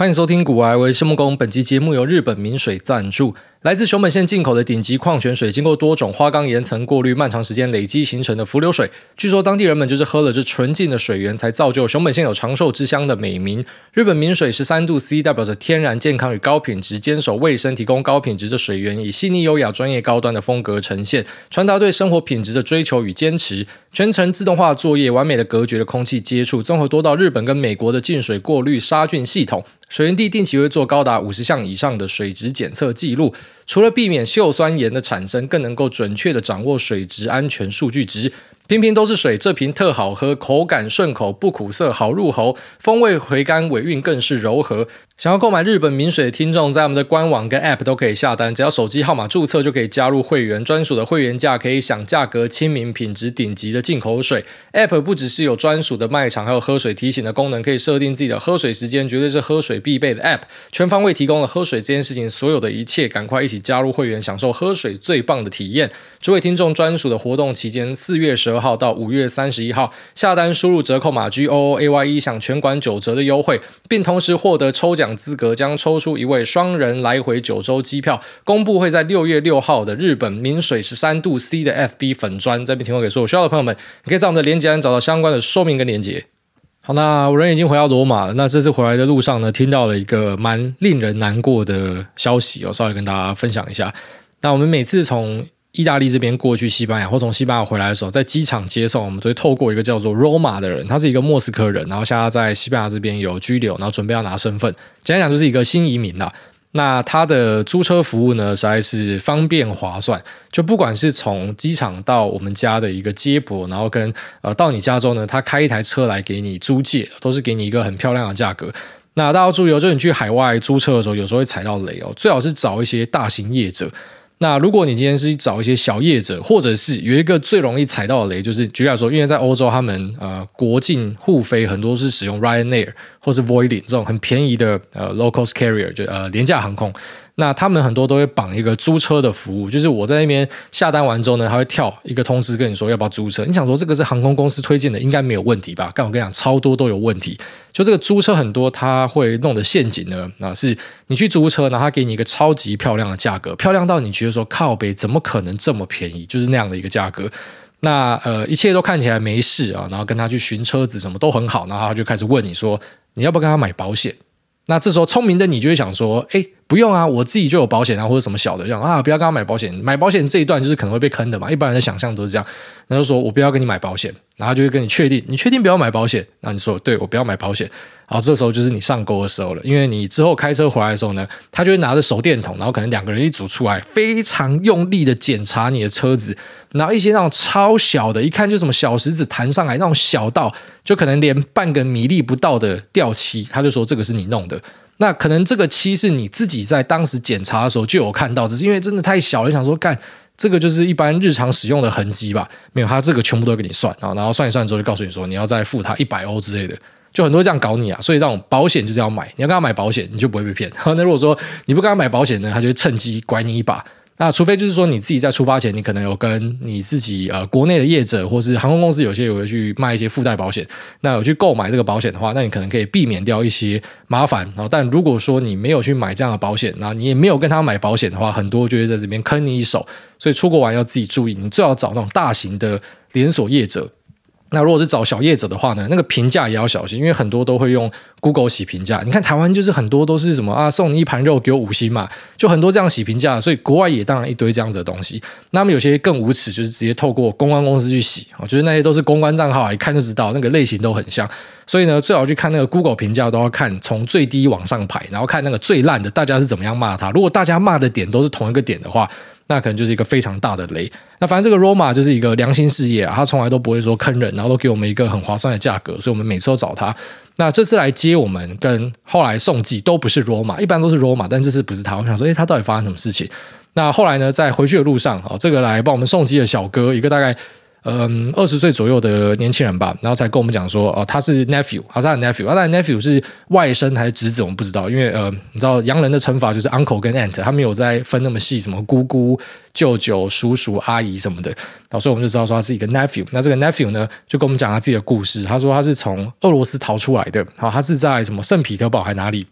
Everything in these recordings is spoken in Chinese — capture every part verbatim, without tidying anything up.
欢迎收听股癌，我是谢木工。本集节目由日本明水赞助。来自熊本县进口的顶级矿泉水，经过多种花岗岩层过滤，漫长时间累积形成的浮流水。据说当地人们就是喝了这纯净的水源，才造就熊本县有长寿之乡的美名。日本明水十三度 C 代表着天然、健康与高品质，坚守卫生，提供高品质的水源，以细腻优雅、专业高端的风格呈现，传达对生活品质的追求与坚持。全程自动化作业，完美的隔绝了空气接触，综合多到日本跟美国的净水过滤杀菌系统。水源地定期会做高达五十项以上的水质检测记录，除了避免溴酸盐的产生，更能够准确的掌握水质安全数据值。瓶瓶都是水，这瓶特好喝，口感顺口，不苦涩，好入喉，风味回甘，尾韵更是柔和。想要购买日本明水的听众，在我们的官网跟 App 都可以下单，只要手机号码注册就可以加入会员，专属的会员价可以享价格亲民、品质顶级的进口水。App 不只是有专属的卖场，还有喝水提醒的功能，可以设定自己的喝水时间，绝对是喝水必备的 App， 全方位提供了喝水这件事情所有的一切，赶快一起加入会员，享受喝水最棒的体验。诸位听众专属的活动期间，四月十二号到五月三十一号，下单输入折扣码 G O O A Y E 享全馆九折的优惠，并同时获得抽奖资格，将抽出一位双人来回九州机票。公布会在六月六号的日本明水十三度 C 的 F B 粉专，这边提供给所有需要的朋友们，你可以在我们的连结栏找到相关的说明跟连结。好，那我人已经回到罗马了。那这次回来的路上呢，听到了一个蛮令人难过的消息，我稍微跟大家分享一下。那我们每次从意大利这边过去西班牙，或从西班牙回来的时候，在机场接送，我们都会透过一个叫做 Roma 的人，他是一个莫斯科人，然后现在在西班牙这边有居留，然后准备要拿身份。简单讲就是一个新移民啦。那他的租车服务呢，实在是方便划算，就不管是从机场到我们家的一个接驳，然后跟呃到你家之后呢，他开一台车来给你租借，都是给你一个很漂亮的价格。那大家要注意哦，就是你去海外租车的时候，有时候会踩到雷哦，最好是找一些大型业者。那如果你今天是找一些小业者，或者是有一个最容易踩到的雷，就是举例来说，因为在欧洲他们呃国境互飞很多是使用 Ryanair 或是 Vueling 这种很便宜的呃 low cost carrier 就呃廉价航空。那他们很多都会绑一个租车的服务，就是我在那边下单完之后呢，他会跳一个通知跟你说要不要租车。你想说这个是航空公司推荐的，应该没有问题吧？但我跟你讲，超多都有问题。就这个租车很多，他会弄的陷阱呢，啊，是你去租车，然后他给你一个超级漂亮的价格，漂亮到你觉得说靠北怎么可能这么便宜？就是那样的一个价格。那呃，一切都看起来没事啊，然后跟他去寻车子，什么都很好，然后他就开始问你说，你要不要跟他买保险？那这时候聪明的你就会想说，哎，不用啊，我自己就有保险啊，或者什么小的这样啊，不要跟他买保险。买保险这一段就是可能会被坑的嘛，一般人的想象都是这样。那就说我不要跟你买保险，然后他就会跟你确定，你确定不要买保险？那你说对，我不要买保险。然后这时候就是你上钩的时候了，因为你之后开车回来的时候呢，他就会拿着手电筒，然后可能两个人一组出来，非常用力的检查你的车子，然后一些那种超小的，一看就什么小石子弹上来那种小到就可能连半个米粒不到的掉漆，他就说这个是你弄的。那可能这个漆是你自己在当时检查的时候就有看到，只是因为真的太小了，想说干这个就是一般日常使用的痕迹吧，没有，他这个全部都给你算，然后算一算之后就告诉你说你要再付他一百欧之类的，就很多这样搞你啊。所以这种保险就是要买，你要跟他买保险你就不会被骗。那如果说你不跟他买保险呢，他就会趁机拐你一把。那除非就是说你自己在出发前，你可能有跟你自己呃国内的业者或是航空公司有些有去卖一些附带保险，那有去购买这个保险的话，那你可能可以避免掉一些麻烦。但如果说你没有去买这样的保险，那你也没有跟他买保险的话，很多就会在这边坑你一手。所以出国玩要自己注意，你最好找那种大型的连锁业者。那如果是找小业者的话呢，那个评价也要小心，因为很多都会用 Google 洗评价。你看台湾就是很多都是什么啊，送你一盘肉给我五星嘛，就很多这样洗评价，所以国外也当然一堆这样子的东西。那么有些更无耻，就是直接透过公关公司去洗，我觉得那些都是公关账号，一看就知道那个类型都很像。所以呢，最好去看那个 Google 评价，都要看从最低往上排，然后看那个最烂的大家是怎么样骂他。如果大家骂的点都是同一个点的话，那可能就是一个非常大的雷。那反正这个 Roma 就是一个良心事业啊，他从来都不会说坑人，然后都给我们一个很划算的价格，所以我们每次都找他。那这次来接我们跟后来送寄都不是 Roma， 一般都是 Roma， 但这次不是他。我想说，诶，他到底发生什么事情？那后来呢，在回去的路上，哦，这个来帮我们送机的小哥，一个大概嗯，二十岁左右的年轻人吧，然后才跟我们讲说，哦，他是 nephew， 他是他的 nephew， 他的 nephew 是外甥还是侄子，我们不知道，因为呃，你知道洋人的称法就是 uncle 跟 aunt， 他没有在分那么细，什么姑姑、舅舅、叔叔、阿姨什么的，然后所以我们就知道说他是一个 nephew。那这个 nephew 呢，就跟我们讲他自己的故事，他说他是从俄罗斯逃出来的，好，他是在什么圣彼得堡还哪里？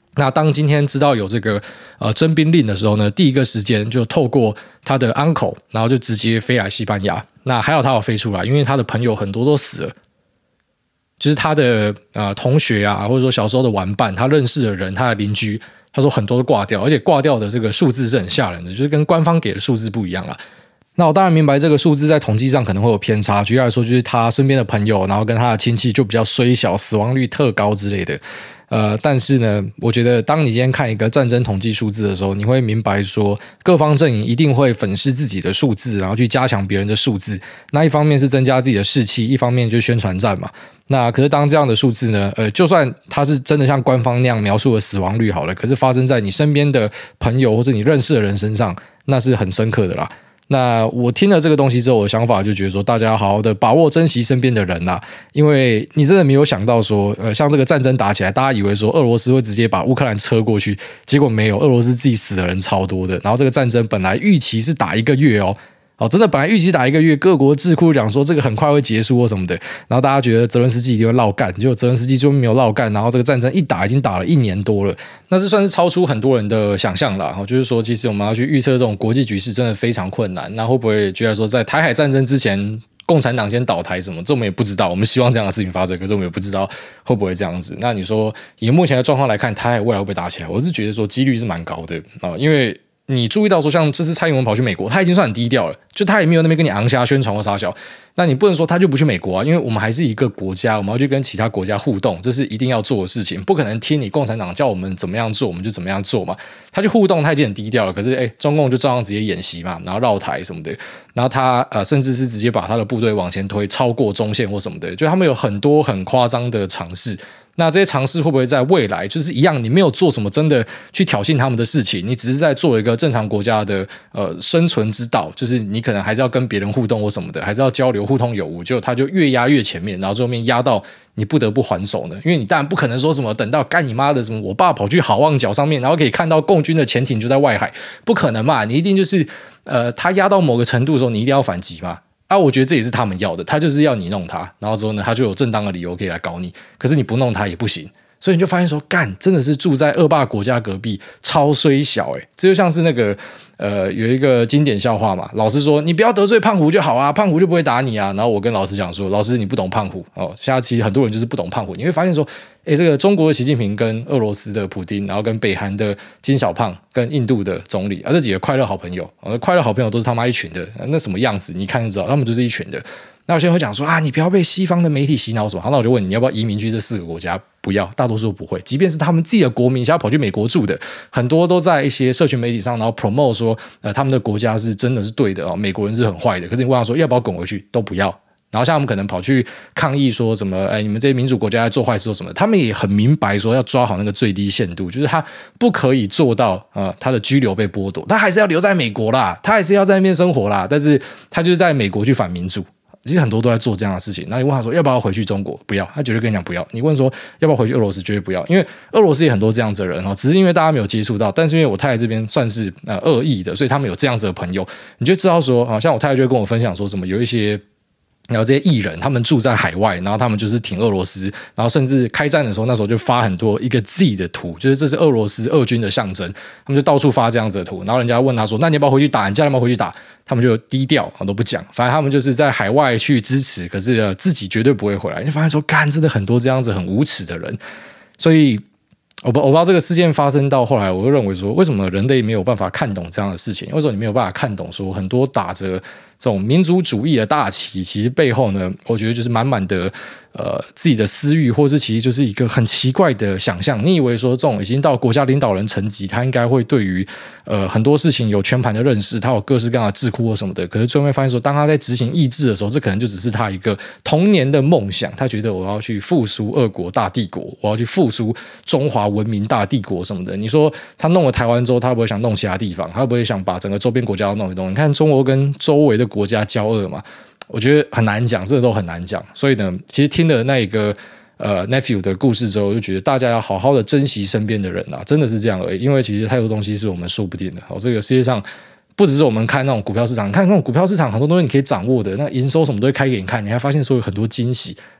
那当今天知道有这个呃征兵令的时候呢，第一个时间就透过他的 uncle， 然后就直接飞来西班牙。那还好他有飞出来，因为他的朋友很多都死了，就是他的呃同学啊，或者说小时候的玩伴，他认识的人，他的邻居，他说很多都挂掉，而且挂掉的这个数字是很吓人的，就是跟官方给的数字不一样啦。那我当然明白这个数字在统计上可能会有偏差，举例来说就是他身边的朋友，然后跟他的亲戚就比较衰小，死亡率特高之类的。呃，但是呢，我觉得当你今天看一个战争统计数字的时候，你会明白说各方阵营一定会粉饰自己的数字，然后去加强别人的数字。那一方面是增加自己的士气，一方面就是宣传战嘛。那可是当这样的数字呢，呃，就算它是真的像官方那样描述的死亡率好了，可是发生在你身边的朋友或者你认识的人身上，那是很深刻的啦。那我听了这个东西之后，我的想法就觉得说，大家要好好的把握、珍惜身边的人啦，因为你真的没有想到说，呃，像这个战争打起来，大家以为说俄罗斯会直接把乌克兰车过去，结果没有，俄罗斯自己死的人超多的。然后这个战争本来预期是打一个月哦。哦，真的本来预期打一个月，各国智库讲说这个很快会结束或什么的，然后大家觉得泽伦斯基一定会落干，结果泽伦斯基最后没有落干，然后这个战争一打已经打了一年多了，那这算是超出很多人的想象啦。就是说其实我们要去预测这种国际局势真的非常困难，那会不会觉得说在台海战争之前共产党先倒台什么，这我们也不知道，我们希望这样的事情发生，可是我们也不知道会不会这样子。那你说以目前的状况来看，台海未来会不会打起来，我是觉得说几率是蛮高的啊，因为你注意到说像这次蔡英文跑去美国，他已经算很低调了，就他也没有那边跟你昂瞎宣传或撒小，那你不能说他就不去美国啊，因为我们还是一个国家，我们要去跟其他国家互动，这是一定要做的事情，不可能听你共产党叫我们怎么样做我们就怎么样做嘛。他去互动他已经很低调了，可是诶中共就照样直接演习嘛，然后绕台什么的，然后他呃甚至是直接把他的部队往前推超过中线或什么的，就他们有很多很夸张的尝试。那这些尝试会不会在未来就是一样，你没有做什么真的去挑衅他们的事情，你只是在做一个正常国家的呃生存之道，就是你可能还是要跟别人互动或什么的，还是要交流互通有无，就他就越压越前面，然后最后面压到你不得不还手呢？因为你当然不可能说什么等到干你妈的什么我爸跑去好望角上面，然后可以看到共军的潜艇就在外海，不可能嘛，你一定就是呃他压到某个程度的时候，你一定要反击嘛。啊，我觉得这也是他们要的，他就是要你弄他，然后之后呢，他就有正当的理由可以来搞你。可是你不弄他也不行，所以你就发现说，干真的是住在恶霸国家隔壁，超衰小诶、欸、这就像是那个呃有一个经典笑话嘛，老师说你不要得罪胖虎就好啊，胖虎就不会打你啊。然后我跟老师讲说，老师你不懂胖虎哦，现在其实很多人就是不懂胖虎，你会发现说，诶，这个中国的习近平跟俄罗斯的普丁，然后跟北韩的金小胖，跟印度的总理啊，这几个快乐好朋友，呃、快乐好朋友都是他妈一群的，那什么样子？你看就知道，他们就是一群的。那有些人会讲说啊，你不要被西方的媒体洗脑什么。好，那我就问你，你要不要移民去这四个国家？不要，大多数不会。即便是他们自己的国民，现在跑去美国住的，很多都在一些社群媒体上，然后 promote 说，呃，他们的国家是真的是对的哦，美国人是很坏的。可是你问他说要不要滚回去，都不要。然后像他们可能跑去抗议说什么，哎，你们这些民主国家在做坏事或什么，他们也很明白说要抓好那个最低限度，就是他不可以做到呃他的居留被剥夺，他还是要留在美国啦，他还是要在那边生活啦，但是他就是在美国去反民主。其实很多都在做这样的事情。那你问他说要不要回去中国，不要，他绝对跟你讲不要。你问说要不要回去俄罗斯，绝对不要，因为俄罗斯也很多这样子的人哦，只是因为大家没有接触到，但是因为我太太这边算是呃恶意的，所以他们有这样子的朋友，你就知道说啊，像我太太就会跟我分享说什么有一些。然后这些艺人他们住在海外，然后他们就是挺俄罗斯，然后甚至开战的时候那时候就发很多一个 Z 的图，就是这是俄罗斯俄军的象征，他们就到处发这样子的图，然后人家问他说那你要不要回去打，你家人要不要回去打，他们就低调都不讲，反正他们就是在海外去支持，可是、呃、自己绝对不会回来。你就发现说干真的很多这样子很无耻的人，所以我不我不知道这个事件发生到后来，我就认为说为什么人类没有办法看懂这样的事情，为什么你没有办法看懂说很多打着这种民族主义的大旗，其实背后呢我觉得就是满满的呃自己的私欲，或是其实就是一个很奇怪的想象。你以为说这种已经到国家领导人层级，他应该会对于呃很多事情有全盘的认识，他有各式各样的智库或什么的，可是最后面发现说当他在执行意志的时候，这可能就只是他一个童年的梦想，他觉得我要去复苏俄国大帝国，我要去复苏中华文明大帝国什么的。你说他弄了台湾之后，他会不会想弄其他地方，他会不会想把整个周边国家都弄一弄？你看中国跟周围的国家交恶嘛，我觉得很难讲，这个都很难讲。所以呢，其实听了那一个呃 nephew 的故事之后，我就觉得大家要好好的珍惜身边的人啊，真的是这样而已。因为其实太多东西是我们说不定的。好，这个世界上不只是我们看那种股票市场，你看那种股票市场很多东西你可以掌握的，那营收什么都会开给你看，你还发现说有很多惊喜。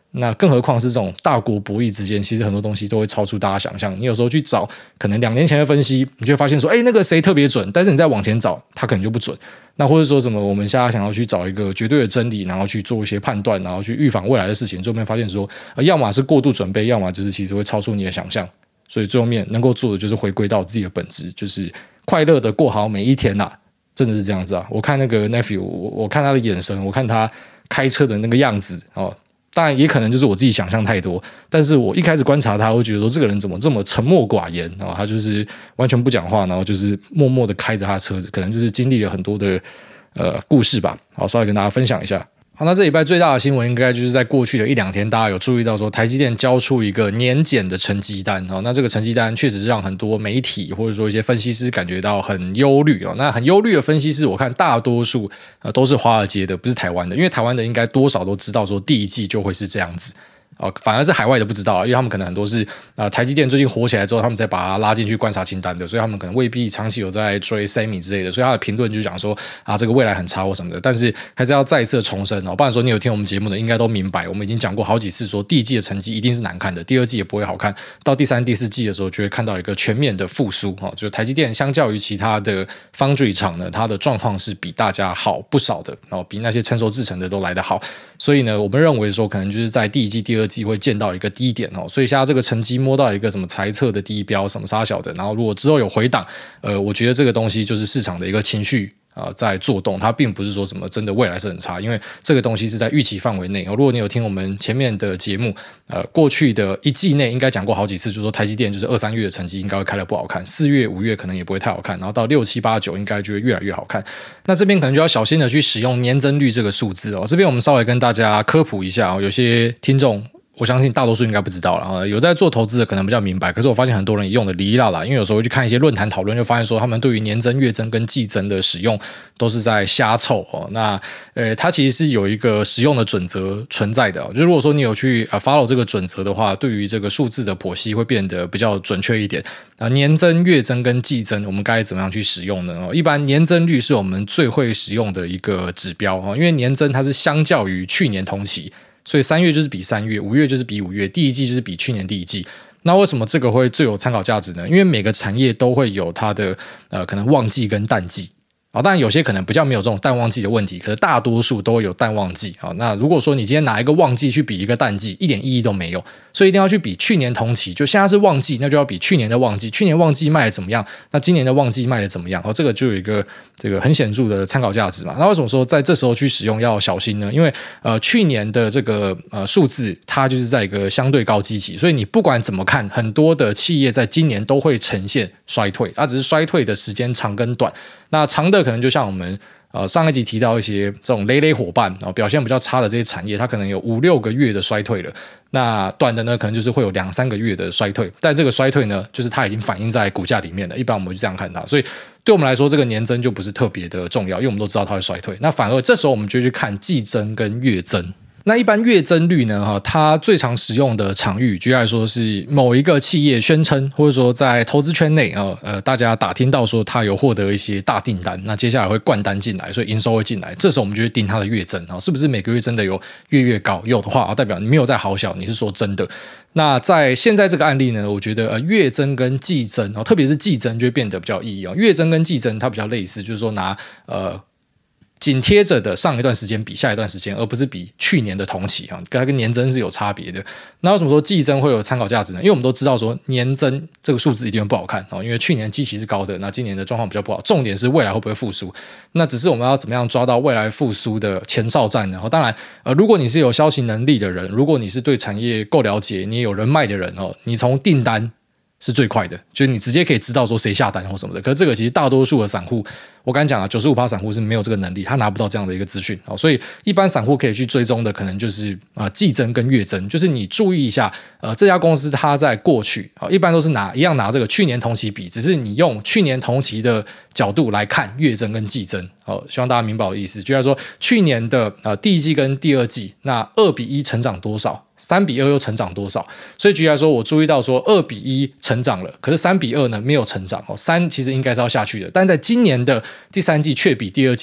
那更何况是这种大国博弈之间，其实很多东西都会超出大家想象。你有时候去找可能两年前的分析，你就会发现说，哎，那个谁特别准，但是你再往前找，他可能就不准。那或者说什么，我们现在想要去找一个绝对的真理，然后去做一些判断，然后去预防未来的事情，最后面发现说，呃、要么是过度准备，要么就是其实会超出你的想象。所以最后面能够做的就是回归到自己的本质，就是快乐的过好每一天呐、啊，真的是这样子啊！我看那个 nephew， 我, 我看他的眼神，我看他开车的那个样子哦。当然也可能就是我自己想象太多，但是我一开始观察他，我觉得说这个人怎么这么沉默寡言，然后他就是完全不讲话，然后就是默默的开着他的车子，可能就是经历了很多的呃故事吧。好，稍微跟大家分享一下。好，那这礼拜最大的新闻应该就是在过去的一两天，大家有注意到说台积电交出一个年检的成绩单哦。那这个成绩单确实是让很多媒体或者说一些分析师感觉到很忧虑哦。那很忧虑的分析师，我看大多数呃都是华尔街的，不是台湾的，因为台湾的应该多少都知道说第一季就会是这样子。哦，反而是海外的不知道，因为他们可能很多是呃台积电最近火起来之后，他们再把它拉进去观察清单的，所以他们可能未必长期有在追 semi 之类的，所以他的评论就讲说啊这个未来很差或什么的，但是还是要再一次重申哦，不然说你有听我们节目的应该都明白，我们已经讲过好几次说第一季的成绩一定是难看的，第二季也不会好看，到第三、第四季的时候就会看到一个全面的复苏哦，就是台积电相较于其他的 foundry 厂呢，它的状况是比大家好不少的哦，比那些成熟制程的都来得好，所以呢，我们认为说可能就是在第一季、第二季会见到一个低点哦，所以现在这个成绩摸到一个什么财测的低标什么杀小的，然后如果之后有回档，呃，我觉得这个东西就是市场的一个情绪啊、呃、在做动，它并不是说什么真的未来是很差，因为这个东西是在预期范围内、哦、如果你有听我们前面的节目，呃，过去的一季内应该讲过好几次，就是说台积电就是二三月的成绩应该会开得不好看，四月、五月可能也不会太好看，然后到六七八九应该就会越来越好看。那这边可能就要小心的去使用年增率这个数字哦。这边我们稍微跟大家科普一下哦，有些听众。我相信大多数应该不知道了，有在做投资的可能比较明白，可是我发现很多人也用的哩哩啦啦，因为有时候会去看一些论坛讨论，就发现说他们对于年增、月增跟季增的使用都是在瞎凑哦。那呃，它其实是有一个使用的准则存在的、哦，就如果说你有去 follow 这个准则的话，对于这个数字的剖析会变得比较准确一点。啊，年增、月增跟季增，我们该怎么样去使用呢？一般年增率是我们最会使用的一个指标哦，因为年增它是相较于去年同期。所以三月就是比三月，五月就是比五月，第一季就是比去年第一季。那为什么这个会最有参考价值呢？因为每个产业都会有它的呃可能旺季跟淡季。啊，当然有些可能比较没有这种淡旺季的问题，可是大多数都会有淡旺季啊。那如果说你今天拿一个旺季去比一个淡季，一点意义都没有，所以一定要去比去年同期。就现在是旺季，那就要比去年的旺季，去年旺季卖的怎么样？那今年的旺季卖的怎么样？哦，这个就有一个这个很显著的参考价值嘛。那为什么说在这时候去使用要小心呢？因为呃去年的这个呃数字它就是在一个相对高基期，所以你不管怎么看，很多的企业在今年都会呈现衰退，它只是衰退的时间长跟短。那长的可能就像我们呃上一集提到一些这种累累伙伴、哦、表现比较差的这些产业，它可能有五六个月的衰退了。那短的呢，可能就是会有两三个月的衰退，但这个衰退呢，就是它已经反映在股价里面了。一般我们就这样看它，所以对我们来说，这个年增就不是特别的重要，因为我们都知道它会衰退。那反而这时候我们就去看季增跟月增。那一般月增率呢，它最常使用的场域，举例来说是某一个企业宣称，或者说在投资圈内呃，大家打听到说它有获得一些大订单，那接下来会灌单进来，所以营收会进来，这时候我们就会盯它的月增，是不是每个月真的有月月高？有的话，代表你没有在好小，你是说真的。那在现在这个案例呢，我觉得呃月增跟季增，特别是季增就会变得比较有意义哦。月增跟季增它比较类似，就是说拿呃。紧贴着的上一段时间比下一段时间，而不是比去年的同期啊，跟它跟年增是有差别的。那为什么说季增会有参考价值呢？因为我们都知道说年增这个数字一定会不好看哦，因为去年基期是高的，那今年的状况比较不好。重点是未来会不会复苏？那只是我们要怎么样抓到未来复苏的前哨战呢？当然，呃，如果你是有消息能力的人，如果你是对产业够了解，你也有人脉的人哦，你从订单是最快的，就是你直接可以知道说谁下单或什么的。可是这个其实大多数的散户，我刚才讲了 百分之九十五 散户是没有这个能力，他拿不到这样的一个资讯、哦、所以一般散户可以去追踪的可能就是啊、呃、季增跟月增，就是你注意一下呃这家公司它在过去、哦、一般都是拿一样拿这个去年同期比，只是你用去年同期的角度来看月增跟季增。哦，希望大家明白我的意思，就是说去年的呃第一季跟第二季，那二比一成长多少？三比二又成长多少？所以举例来说，我注意到说二比一成长了，可是三比二呢没有成长哦，三其实应该是要下去的，但在今年的第三季却比第二季好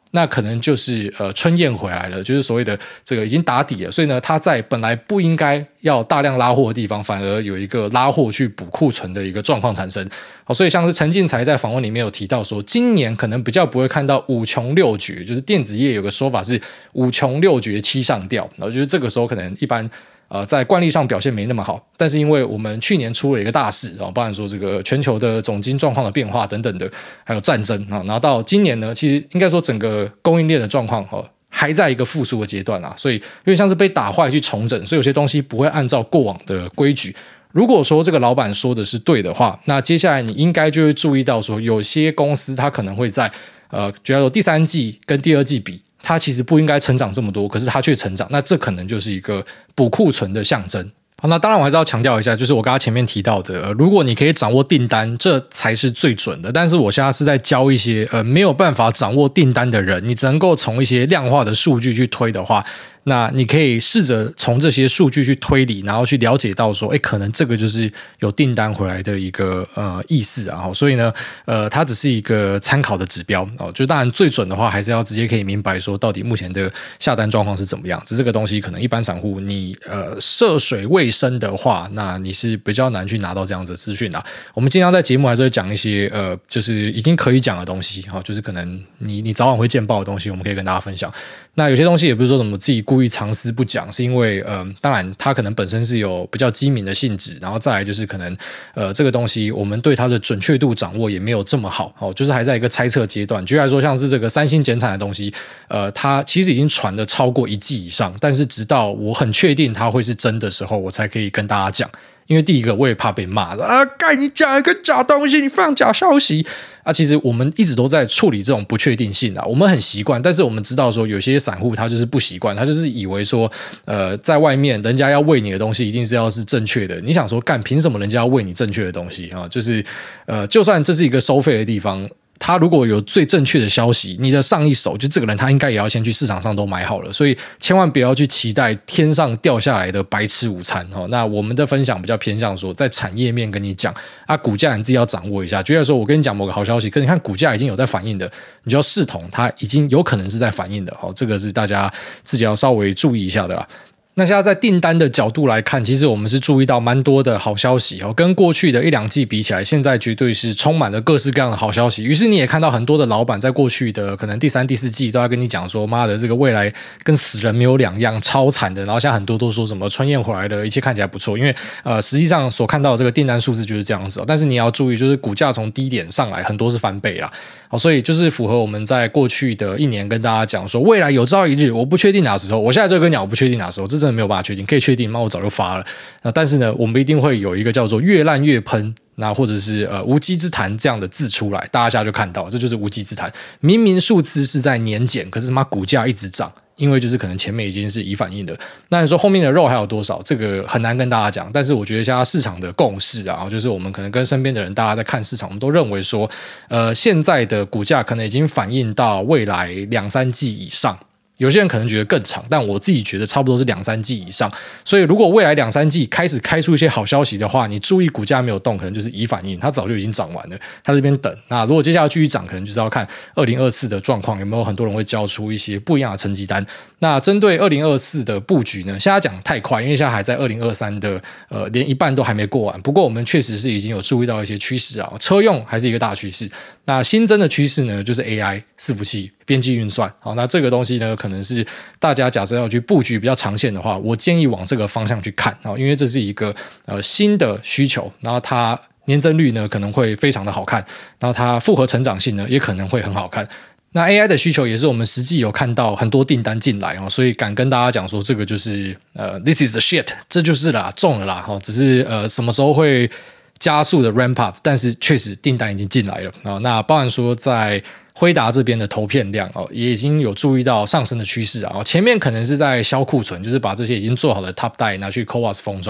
那可能就是呃春燕回来了，就是所谓的这个已经打底了，所以呢，他在本来不应该要大量拉货的地方，反而有一个拉货去补库存的一个状况产生。好，所以像是陈进财在访问里面有提到说，今年可能比较不会看到五穷六绝，就是电子业有个说法是五穷六绝七上吊，然后就是这个时候可能一般。呃，在惯例上表现没那么好，但是因为我们去年出了一个大事啊，包含说这个全球的总经状况的变化等等的，还有战争啊，然后到今年呢，其实应该说整个供应链的状况哦，还在一个复苏的阶段啊，所以有点像是被打坏去重整，所以有些东西不会按照过往的规矩。如果说这个老板说的是对的话，那接下来你应该就会注意到说，有些公司它可能会在呃，主要有第三季跟第二季比。它其实不应该成长这么多，可是它却成长，那这可能就是一个补库存的象征。好，那当然我还是要强调一下，就是我刚刚前面提到的、呃、如果你可以掌握订单，这才是最准的。但是我现在是在教一些呃没有办法掌握订单的人，你只能够从一些量化的数据去推的话，那你可以试着从这些数据去推理，然后去了解到说，哎，可能这个就是有订单回来的一个呃意思啊。所以呢，呃，它只是一个参考的指标哦。就当然最准的话，还是要直接可以明白说，到底目前的下单状况是怎么样。只是这个东西可能一般散户你呃涉水未深的话，那你是比较难去拿到这样子的资讯啊。我们经常在节目还是会讲一些呃，就是已经可以讲的东西哈、哦，就是可能你你早晚会见报的东西，我们可以跟大家分享。那有些东西也不是说什么自己故意藏私不讲，是因为呃，当然它可能本身是有比较机敏的性质，然后再来就是可能呃这个东西我们对它的准确度掌握也没有这么好哦，就是还在一个猜测阶段。举例来说，像是这个三星减产的东西，呃，它其实已经传的超过一季以上，但是直到我很确定它会是真的时候，我才可以跟大家讲。因为第一个我也怕被骂啊，干你讲一个假东西，你放假消息啊！其实我们一直都在处理这种不确定性啊，我们很习惯，但是我们知道说有些散户他就是不习惯，他就是以为说，呃，在外面人家要喂你的东西一定是要是正确的，你想说干凭什么人家要喂你正确的东西啊？就是呃，就算这是一个收费的地方。他如果有最正确的消息，你的上一手就这个人，他应该也要先去市场上都买好了，所以千万不要去期待天上掉下来的白吃午餐哦。那我们的分享比较偏向说，在产业面跟你讲啊，股价你自己要掌握一下。举例说，我跟你讲某个好消息，可是你看股价已经有在反应的，你就要视同它已经有可能是在反应的哦。这个是大家自己要稍微注意一下的啦。那现在在订单的角度来看，其实我们是注意到蛮多的好消息哦，跟过去的一两季比起来，现在绝对是充满了各式各样的好消息。于是你也看到很多的老板在过去的可能第三、第四季都在跟你讲说，妈的，这个未来跟死人没有两样，超惨的。然后现在很多都说什么春燕回来了，一切看起来不错，因为呃，实际上所看到的这个订单数字就是这样子哦。但是你要注意，就是股价从低点上来，很多是翻倍啦。好，所以就是符合我们在过去的一年跟大家讲说，未来有朝一日，我不确定哪时候，我现在就跟你讲，我不确定哪时候，这真的没有办法确定，可以确定吗？我早就发了。那但是呢，我们一定会有一个叫做越烂越喷，那或者是呃无稽之谈这样的字出来，大家现在就看到，这就是无稽之谈。明明数字是在年减，可是他妈股价一直涨。因为就是可能前面已经是已反应的，那你说后面的肉还有多少？这个很难跟大家讲。但是我觉得现在市场的共识啊，就是我们可能跟身边的人，大家在看市场，我们都认为说，呃，现在的股价可能已经反映到未来两三季以上。有些人可能觉得更长，但我自己觉得差不多是两三季以上。所以如果未来两三季开始开出一些好消息的话，你注意股价没有动，可能就是已反应，它早就已经涨完了，它这边等。那如果接下来继续涨，可能就是要看二零二四的状况有没有很多人会交出一些不一样的成绩单。那针对二零二四的布局呢，现在讲太快，因为现在还在二零二三的呃连一半都还没过完。不过我们确实是已经有注意到一些趋势啊，车用还是一个大趋势。那新增的趋势呢，就是 A I 伺服器。边际运算，好，那这个东西呢，可能是大家假设要去布局比较长线的话，我建议往这个方向去看啊，因为这是一个呃新的需求，然后它年增率呢可能会非常的好看，然后它复合成长性呢也可能会很好看。那 A I 的需求也是我们实际有看到很多订单进来哦，所以敢跟大家讲说这个就是呃 this is the shit， 这就是啦，中了啦，只是呃什么时候会加速的 ramp up， 但是确实订单已经进来了啊。那包含说在辉达这边的投片量哦，也已经有注意到上升的趋势啊。前面可能是在销库存，就是把这些已经做好的 top die 拿去 C O A S 封装。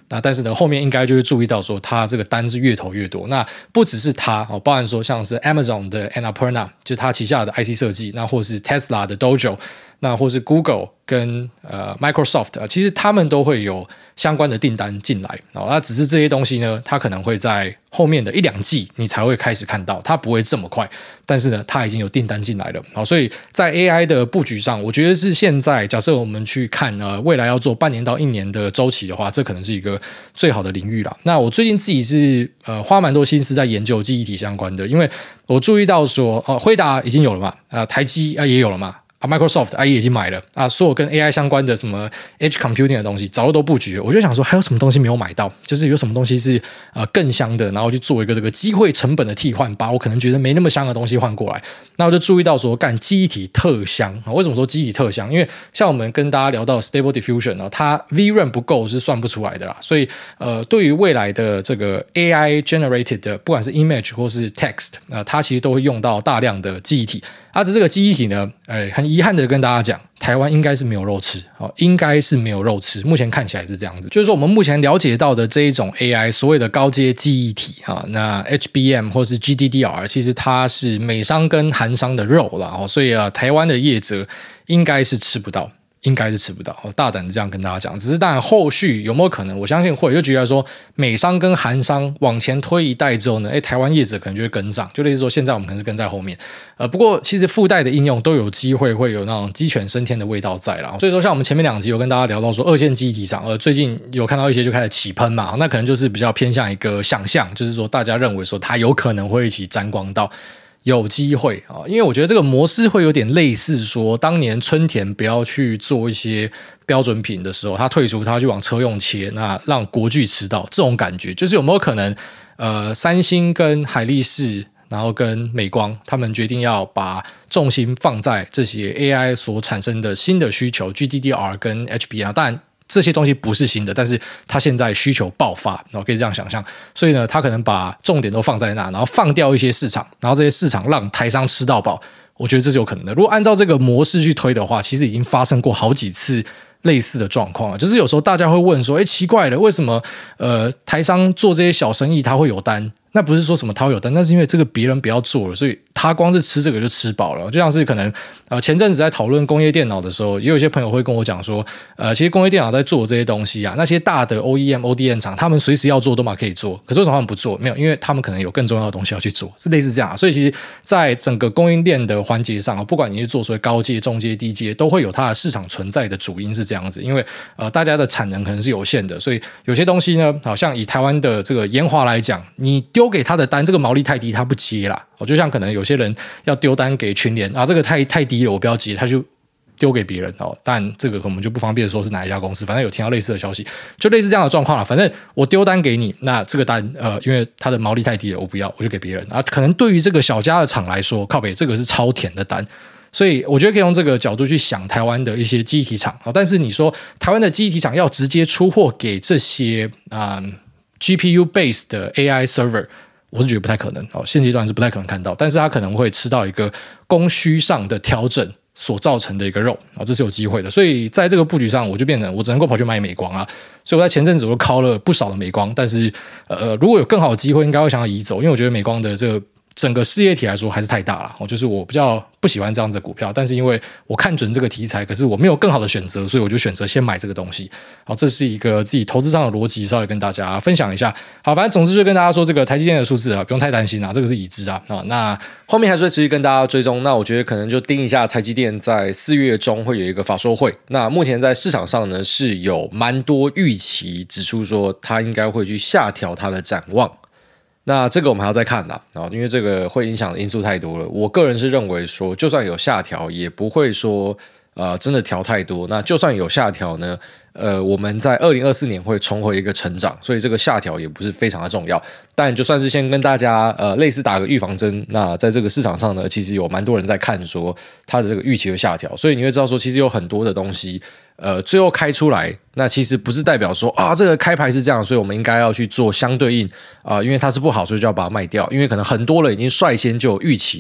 那但是呢，后面应该就会注意到说，它这个单是越投越多。那不只是它哦，包含说像是 Amazon 的 Annapurna， 就是它旗下的 I C 设计，那或是 Tesla 的 Dojo， 那或是 Google 跟呃 Microsoft， 其实他们都会有相关的订单进来哦。那只是这些东西呢，它可能会在后面的一两季你才会开始看到，它不会这么快。但是呢，它已经有订单进来了好，所以在 A I 的布局上，我觉得是现在假设我们去看呃未来要做半年到一年的周期的话，这可能是一个最好的领域啦。那我最近自己是呃花蛮多心思在研究记忆体相关的，因为我注意到说哦，辉达已经有了嘛，啊、呃、台积啊也有了嘛。啊 ，Microsoft 啊也已经买了啊，所有跟 A I 相关的什么 Edge Computing 的东西早就都布局了。我就想说，还有什么东西没有买到？就是有什么东西是呃更香的，然后去做一个这个机会成本的替换，把我可能觉得没那么香的东西换过来。那我就注意到说，干记忆体特香啊！为什么说记忆体特香？因为像我们跟大家聊到 Stable Diffusion 呢，它 V RAM 不够是算不出来的啦。所以呃，对于未来的这个 A I generated 的，不管是 image 或是 text， 呃，它其实都会用到大量的记忆体。啊，这个记忆体呢，呃，很遗憾的跟大家讲，台湾应该是没有肉吃，哦，应该是没有肉吃。目前看起来是这样子，就是说我们目前了解到的这一种 A I 所谓的高阶记忆体啊，那 H B M 或是 G D D R， 其实它是美商跟韩商的肉啦，哦，所以啊，台湾的业者应该是吃不到。应该是吃不到，我大胆这样跟大家讲。只是当然后续有没有可能，我相信会。就举例来说，美商跟韩商往前推一代之后呢，诶，台湾业者可能就会跟上。就类似说，现在我们可能是跟在后面。呃，不过其实附带的应用都有机会会有那种鸡犬升天的味道在啦。所以说，像我们前面两集有跟大家聊到说，二线记忆体厂，呃，最近有看到一些就开始起喷嘛，那可能就是比较偏向一个想象，就是说大家认为说它有可能会一起沾光到。有机会啊，因为我觉得这个模式会有点类似说，当年春田不要去做一些标准品的时候，他退出，他去往车用切，那让国巨吃到这种感觉，就是有没有可能，呃，三星跟海力士，然后跟美光，他们决定要把重心放在这些 A I 所产生的新的需求 ，G D D R 跟 H B M， 当然。这些东西不是新的，但是它现在需求爆发，然后可以这样想象，所以呢，他可能把重点都放在那，然后放掉一些市场，然后这些市场让台商吃到饱，我觉得这是有可能的。如果按照这个模式去推的话，其实已经发生过好几次类似的状况了。就是有时候大家会问说，哎，奇怪了，为什么呃台商做这些小生意他会有单？那不是说什么他会有单，那是因为这个别人不要做了，所以他光是吃这个就吃饱了。就像是可能呃前阵子在讨论工业电脑的时候，也有一些朋友会跟我讲说，呃，其实工业电脑在做这些东西啊，那些大的 O E M、O D M 厂，他们随时要做都嘛可以做，可是为什么他们不做？没有，因为他们可能有更重要的东西要去做，是类似这样。所以其实，在整个供应链的环节上，不管你是做所谓高阶、中阶、低阶，都会有它的市场存在的主因是这样子。因为呃，大家的产能可能是有限的，所以有些东西呢，好像以台湾的这个研华来讲，你丢给他的单，这个毛利太低，他不接啦。就像可能有些人要丢单给群联啊，这个太太低了，我不要接，他就丢给别人哦。但这个我们就不方便说是哪一家公司，反正有听到类似的消息，就类似这样的状况啦。反正我丢单给你，那这个单呃，因为它的毛利太低了，我不要，我就给别人啊。可能对于这个小家的厂来说，靠北这个是超甜的单。所以我觉得可以用这个角度去想台湾的一些记忆体厂，但是你说台湾的记忆体厂要直接出货给这些啊、嗯、G P U base 的 A I server， 我是觉得不太可能，现阶段是不太可能看到，但是它可能会吃到一个供需上的调整所造成的一个肉，这是有机会的。所以在这个布局上，我就变成我只能够跑去买美光啊。所以我在前阵子我就敲了不少的美光，但是呃，如果有更好的机会，应该会想要移走，因为我觉得美光的这个整个事业体来说还是太大了，就是我比较不喜欢这样子的股票，但是因为我看准这个题材，可是我没有更好的选择，所以我就选择先买这个东西。好，这是一个自己投资上的逻辑，稍微跟大家分享一下。好，反正总之就跟大家说这个台积电的数字啊，不用太担心啊，这个是已知啊。啊，那后面还是会持续跟大家追踪。那我觉得可能就盯一下台积电在四月中会有一个法说会。那目前在市场上呢是有蛮多预期指出说它应该会去下调它的展望。那这个我们还要再看啦，因为这个会影响的因素太多了。我个人是认为说，就算有下调，也不会说呃真的调太多。那就算有下调呢，呃，我们在二零二四年会重回一个成长，所以这个下调也不是非常的重要。但就算是先跟大家呃类似打个预防针，那在这个市场上呢，其实有蛮多人在看说它的这个预期的下调，所以你会知道说，其实有很多的东西。呃，最后开出来，那其实不是代表说啊，这个开牌是这样，所以我们应该要去做相对应啊、呃，因为它是不好，所以就要把它卖掉。因为可能很多人已经率先就预期了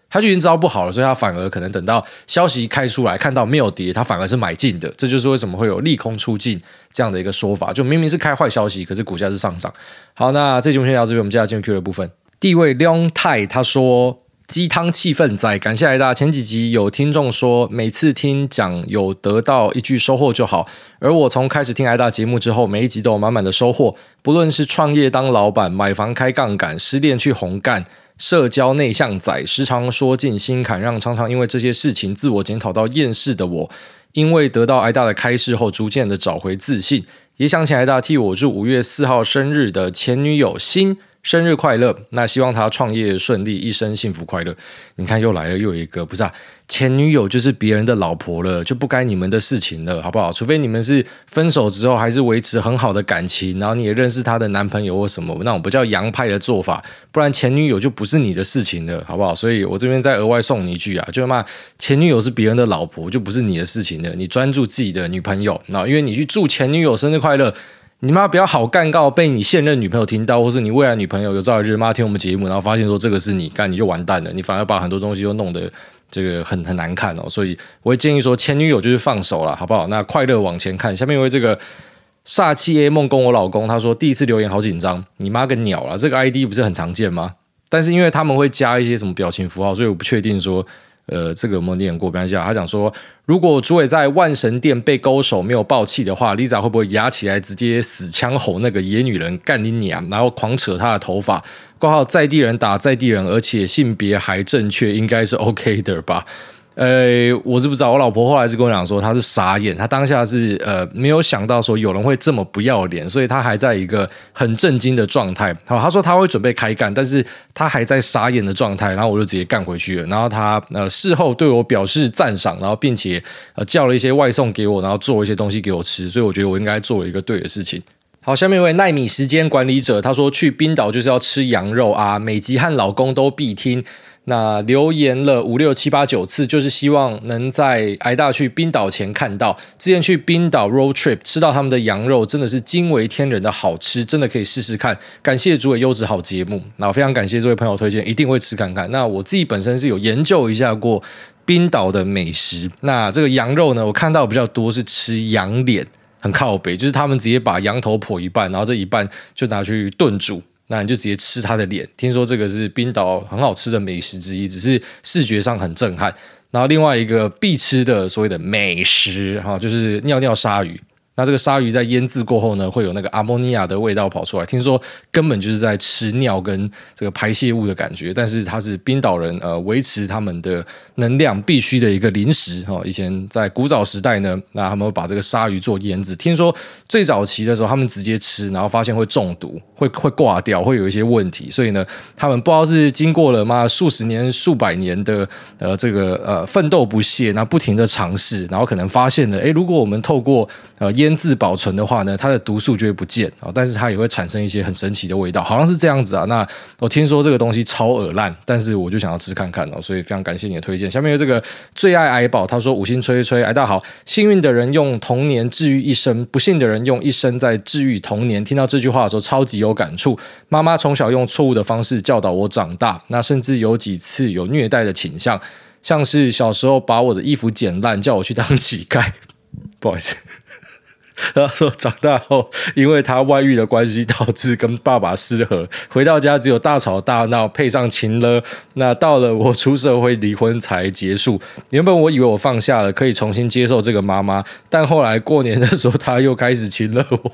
他就已经知道不好了，所以他反而可能等到消息开出来，看到没有跌，他反而是买进的。这就是为什么会有利空出尽这样的一个说法，就明明是开坏消息，可是股价是上涨。好，那这节目先聊这边，我们接下来进入 Q 的部分。第一位 Leon 泰他说。鸡汤气氛在，感谢挨大。前几集有听众说，每次听讲有得到一句收获就好，而我从开始听挨大节目之后，每一集都有满满的收获。不论是创业当老板、买房开杠杆、失恋去红干、社交内向仔，时常说尽心坎，让常常因为这些事情自我检讨到厌世的我，因为得到挨大的开示后，逐渐的找回自信。也想起挨大替我祝五月四号生日的前女友心。生日快乐！那希望他创业顺利，一生幸福快乐。你看又来了，又有一个不是啊，前女友就是别人的老婆了，就不该你们的事情了，好不好？除非你们是分手之后还是维持很好的感情，然后你也认识她的男朋友或什么，那种不叫洋派的做法，不然前女友就不是你的事情了，好不好？所以我这边再额外送你一句啊，就是骂前女友是别人的老婆，就不是你的事情了，你专注自己的女朋友，然后因为你去祝前女友生日快乐。你妈不要好干告被你现任女朋友听到，或是你未来女朋友有朝一日妈听我们节目，然后发现说这个是你干，你就完蛋了，你反而把很多东西都弄得这个很很难看哦。所以我会建议说，前女友就是放手了，好不好？那快乐往前看。下面有位这个煞气 A 梦跟我老公，他说第一次留言好紧张，你妈个鸟啦！这个 I D 不是很常见吗？但是因为他们会加一些什么表情符号，所以我不确定说。呃，这个有没有念过？不然讲，他讲说，如果主委在万神殿被勾手没有爆气的话 ，Lisa 会不会压起来直接死枪吼那个野女人干你娘，然后狂扯她的头发？挂号在地人打在地人，而且性别还正确，应该是 OK 的吧？呃，我是不知道，我老婆后来是跟我讲说，她是傻眼，她当下是呃没有想到说有人会这么不要脸，所以她还在一个很震惊的状态。好，她说她会准备开干，但是她还在傻眼的状态，然后我就直接干回去了。然后她呃事后对我表示赞赏，然后并且呃叫了一些外送给我，然后做一些东西给我吃，所以我觉得我应该做了一个对的事情。好，下面一位奈米时间管理者，他说去冰岛就是要吃羊肉啊，每集和老公都必听。那留言了五六七八九次，就是希望能在挨大去冰岛前看到。之前去冰岛 road trip 吃到他们的羊肉，真的是惊为天人的好吃，真的可以试试看。感谢主委优质好节目，那我非常感谢这位朋友推荐，一定会吃看看。那我自己本身是有研究一下过冰岛的美食，那这个羊肉呢，我看到比较多是吃羊脸，很靠北，就是他们直接把羊头剖一半，然后这一半就拿去炖煮。那你就直接吃它的脸，听说这个是冰岛很好吃的美食之一，只是视觉上很震撼。然后另外一个必吃的所谓的美食，就是尿尿鲨鱼。那这个鲨鱼在腌制过后呢，会有那个阿莫尼亚的味道跑出来，听说根本就是在吃尿跟这个排泄物的感觉，但是它是冰岛人呃维持他们的能量必须的一个零食哦。以前在古早时代呢，那他们会把这个鲨鱼做腌制，听说最早期的时候他们直接吃，然后发现会中毒，会会挂掉，会有一些问题，所以呢，他们不知道是经过了嘛数十年、数百年的呃这个呃奋斗不懈，那不停的尝试，然后可能发现了，哎，如果我们透过呃腌制保存的话呢，它的毒素就会不见，但是它也会产生一些很神奇的味道，好像是这样子啊。那我听说这个东西超恶烂，但是我就想要吃看看哦，所以非常感谢你的推荐。下面有这个最爱癌宝，他说五星吹吹，癌大好，幸运的人用童年治愈一生，不幸的人用一生在治愈童年。听到这句话的时候超级有感触，妈妈从小用错误的方式教导我长大，那甚至有几次有虐待的倾向，像是小时候把我的衣服剪烂叫我去当乞丐，不好意思。他说长大后因为他外遇的关系导致跟爸爸失和，回到家只有大吵大闹配上情勒，那到了我出社会离婚才结束。原本我以为我放下了可以重新接受这个妈妈，但后来过年的时候他又开始情勒我。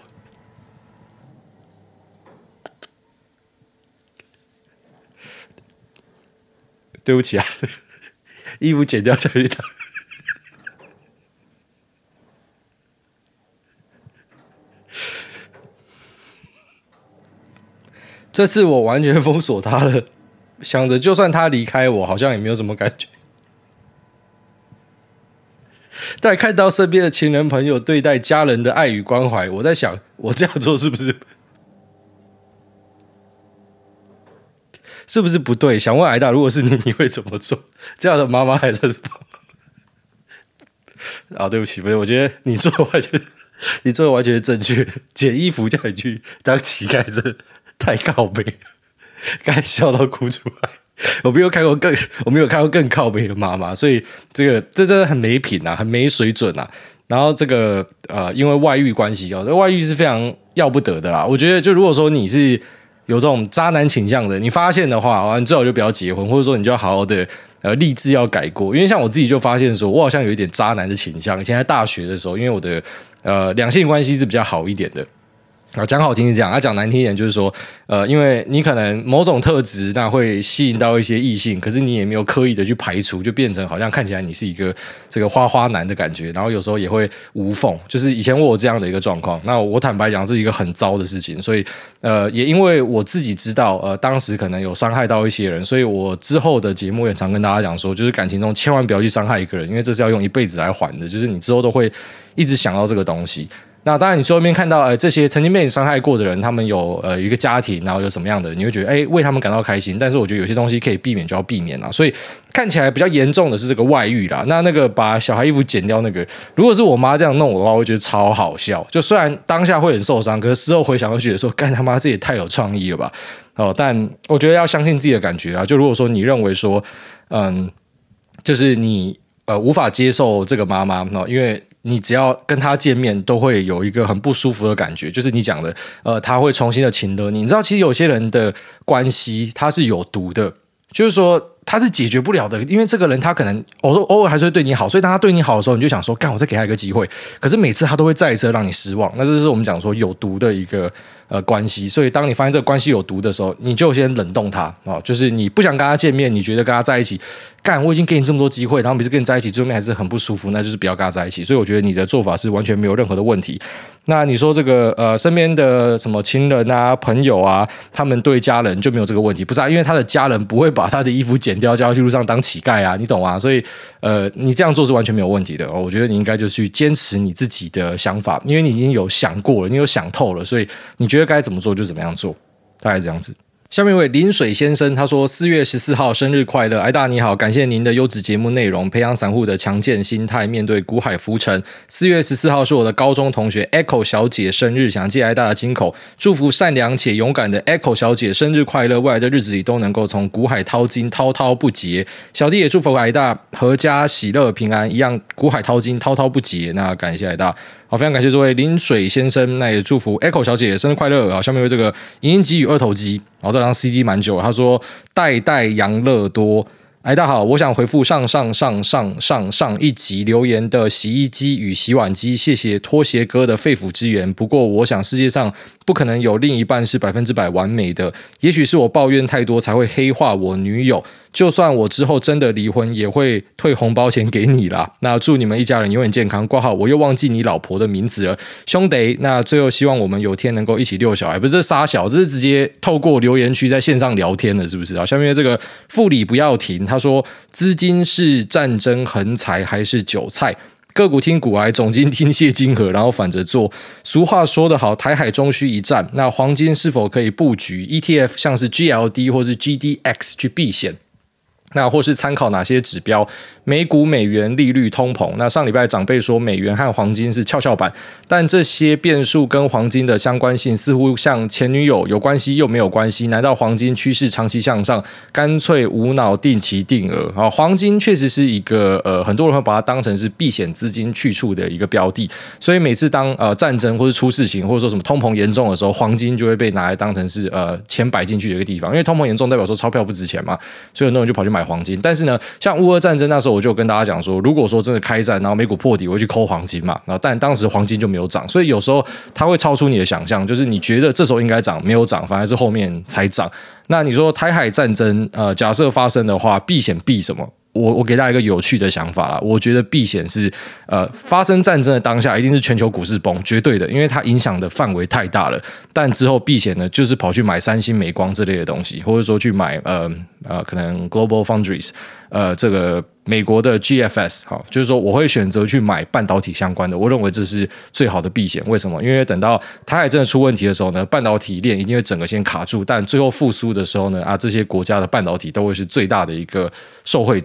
对不起啊，衣服剪掉再去打。这次我完全封锁他了，想着就算他离开我，好像也没有什么感觉。但看到身边的亲人朋友对待家人的爱与关怀，我在想，我这样做是不是是不是不对？想问癌大，如果是你，你会怎么做？这样的妈妈还真是不好。啊，对不起，不是，我觉得你做的完全，你做的完全是正确的。捡衣服叫你去当乞丐，真的太靠北了，该笑到哭出来。 我没有看过更我没有看过更靠北的妈妈，所以这个这真的很没品啊，很没水准啊。然后这个呃，因为外遇关系哦，这外遇是非常要不得的啦。我觉得就如果说你是有这种渣男倾向的，你发现的话，你最好就不要结婚，或者说你就要好好的呃立志要改过。因为像我自己就发现说，我好像有一点渣男的倾向。以前在大学的时候，因为我的呃两性关系是比较好一点的。啊，讲好听是这样，啊，讲难听一点就是说，呃，因为你可能某种特质，那会吸引到一些异性，可是你也没有刻意的去排除，就变成好像看起来你是一个这个花花男的感觉，然后有时候也会无缝，就是以前我有这样的一个状况，那我坦白讲是一个很糟的事情，所以呃，也因为我自己知道，呃，当时可能有伤害到一些人，所以我之后的节目也常跟大家讲说，就是感情中千万不要去伤害一个人，因为这是要用一辈子来还的，就是你之后都会一直想到这个东西。那当然，你最后面看到呃这些曾经被你伤害过的人，他们有呃一个家庭，然后有什么样的，你会觉得哎为他们感到开心。但是我觉得有些东西可以避免就要避免啦。所以看起来比较严重的是这个外遇啦。那那个把小孩衣服剪掉那个，如果是我妈这样弄我的话，我会觉得超好笑。就虽然当下会很受伤，可是事后回想会觉得说，干他妈这也太有创意了吧。哦，但我觉得要相信自己的感觉啦。就如果说你认为说，嗯，就是你呃无法接受这个妈妈，因为你只要跟他见面都会有一个很不舒服的感觉，就是你讲的呃他会重新的情勒你。你知道其实有些人的关系他是有毒的，就是说他是解决不了的，因为这个人他可能偶偶尔还是会对你好，所以当他对你好的时候，你就想说干我再给他一个机会，可是每次他都会再一次让你失望，那这是我们讲说有毒的一个呃关系。所以当你发现这个关系有毒的时候，你就先冷冻他哦，就是你不想跟他见面，你觉得跟他在一起干我已经给你这么多机会，然后每次跟你在一起最后面还是很不舒服，那就是不要跟他在一起。所以我觉得你的做法是完全没有任何的问题。那你说这个呃身边的什么亲人啊朋友啊，他们对家人就没有这个问题？不是啊，因为他的家人不会把他的衣服剪掉叫他去路上当乞丐啊，你懂啊？所以呃你这样做是完全没有问题的、哦、我觉得你应该就去坚持你自己的想法，因为你已经有想过了，你有想透了，所以你觉得该怎么做就怎么样做，大概这样子。下面一位临水先生，他说四月十四号生日快乐，挨大你好，感谢您的优质节目内容，培养散户的强健心态，面对股海浮沉。四月十四号是我的高中同学 Echo 小姐生日，想借挨大的金口祝福善良且勇敢的 Echo 小姐生日快乐，未来的日子里都能够从股海淘金，滔滔不竭。小弟也祝福挨大阖家喜乐平安，一样股海淘金，滔滔不竭。那感谢挨大。好，非常感谢这位临水先生，那也祝福 Echo 小姐生日快乐。好，下面有这个影音机与二头肌，然后这张 C D 蛮久了，他说代代养乐多。哎，大家好，我想回复上上上上上上一集留言的洗衣机与洗碗机，谢谢拖鞋哥的肺腑之言。不过，我想世界上不可能有另一半是百分之百完美的，也许是我抱怨太多才会黑化我女友。就算我之后真的离婚，也会退红包钱给你啦。那祝你们一家人永远健康。挂号，我又忘记你老婆的名字了，兄弟。那最后希望我们有天能够一起遛小孩，不是杀小，这是直接透过留言区在线上聊天了，是不是啊？下面这个副理不要停，他说资金是战争横财还是韭菜？个股听股癌，总金听谢金河，然后反着做。俗话说得好，台海终须一战。那黄金是否可以布局 E T F， 像是 G L D 或是 G D X 去避险？那或是参考哪些指标？美股、美元、利率、通膨。那上礼拜长辈说美元和黄金是跷跷板，但这些变数跟黄金的相关性似乎像前女友有关系又没有关系。难道黄金趋势长期向上，干脆无脑定期定额？啊，黄金确实是一个呃，很多人会把它当成是避险资金去处的一个标的，所以每次当呃战争或是出事情，或者说什么通膨严重的时候，黄金就会被拿来当成是呃钱摆进去的一个地方，因为通膨严重代表说钞票不值钱嘛，所以很多人就跑去买黄金。但是呢，像乌俄战争那时候，我就跟大家讲说，如果说真的开战，然后美股破底，我会去抠黄金嘛。然后但当时黄金就没有涨，所以有时候它会超出你的想象，就是你觉得这时候应该涨，没有涨，反而是后面才涨。那你说台海战争，呃，假设发生的话，避险避什么？我我给大家一个有趣的想法啦，我觉得避险是呃发生战争的当下一定是全球股市崩，绝对的，因为它影响的范围太大了。但之后避险呢，就是跑去买三星、美光这类的东西，或者说去买呃呃可能 Global Foundries 呃这个美国的 G F S 哈，就是说我会选择去买半导体相关的，我认为这是最好的避险。为什么？因为等到台海真的出问题的时候呢，半导体链一定会整个先卡住，但最后复苏的时候呢，啊这些国家的半导体都会是最大的一个受惠者。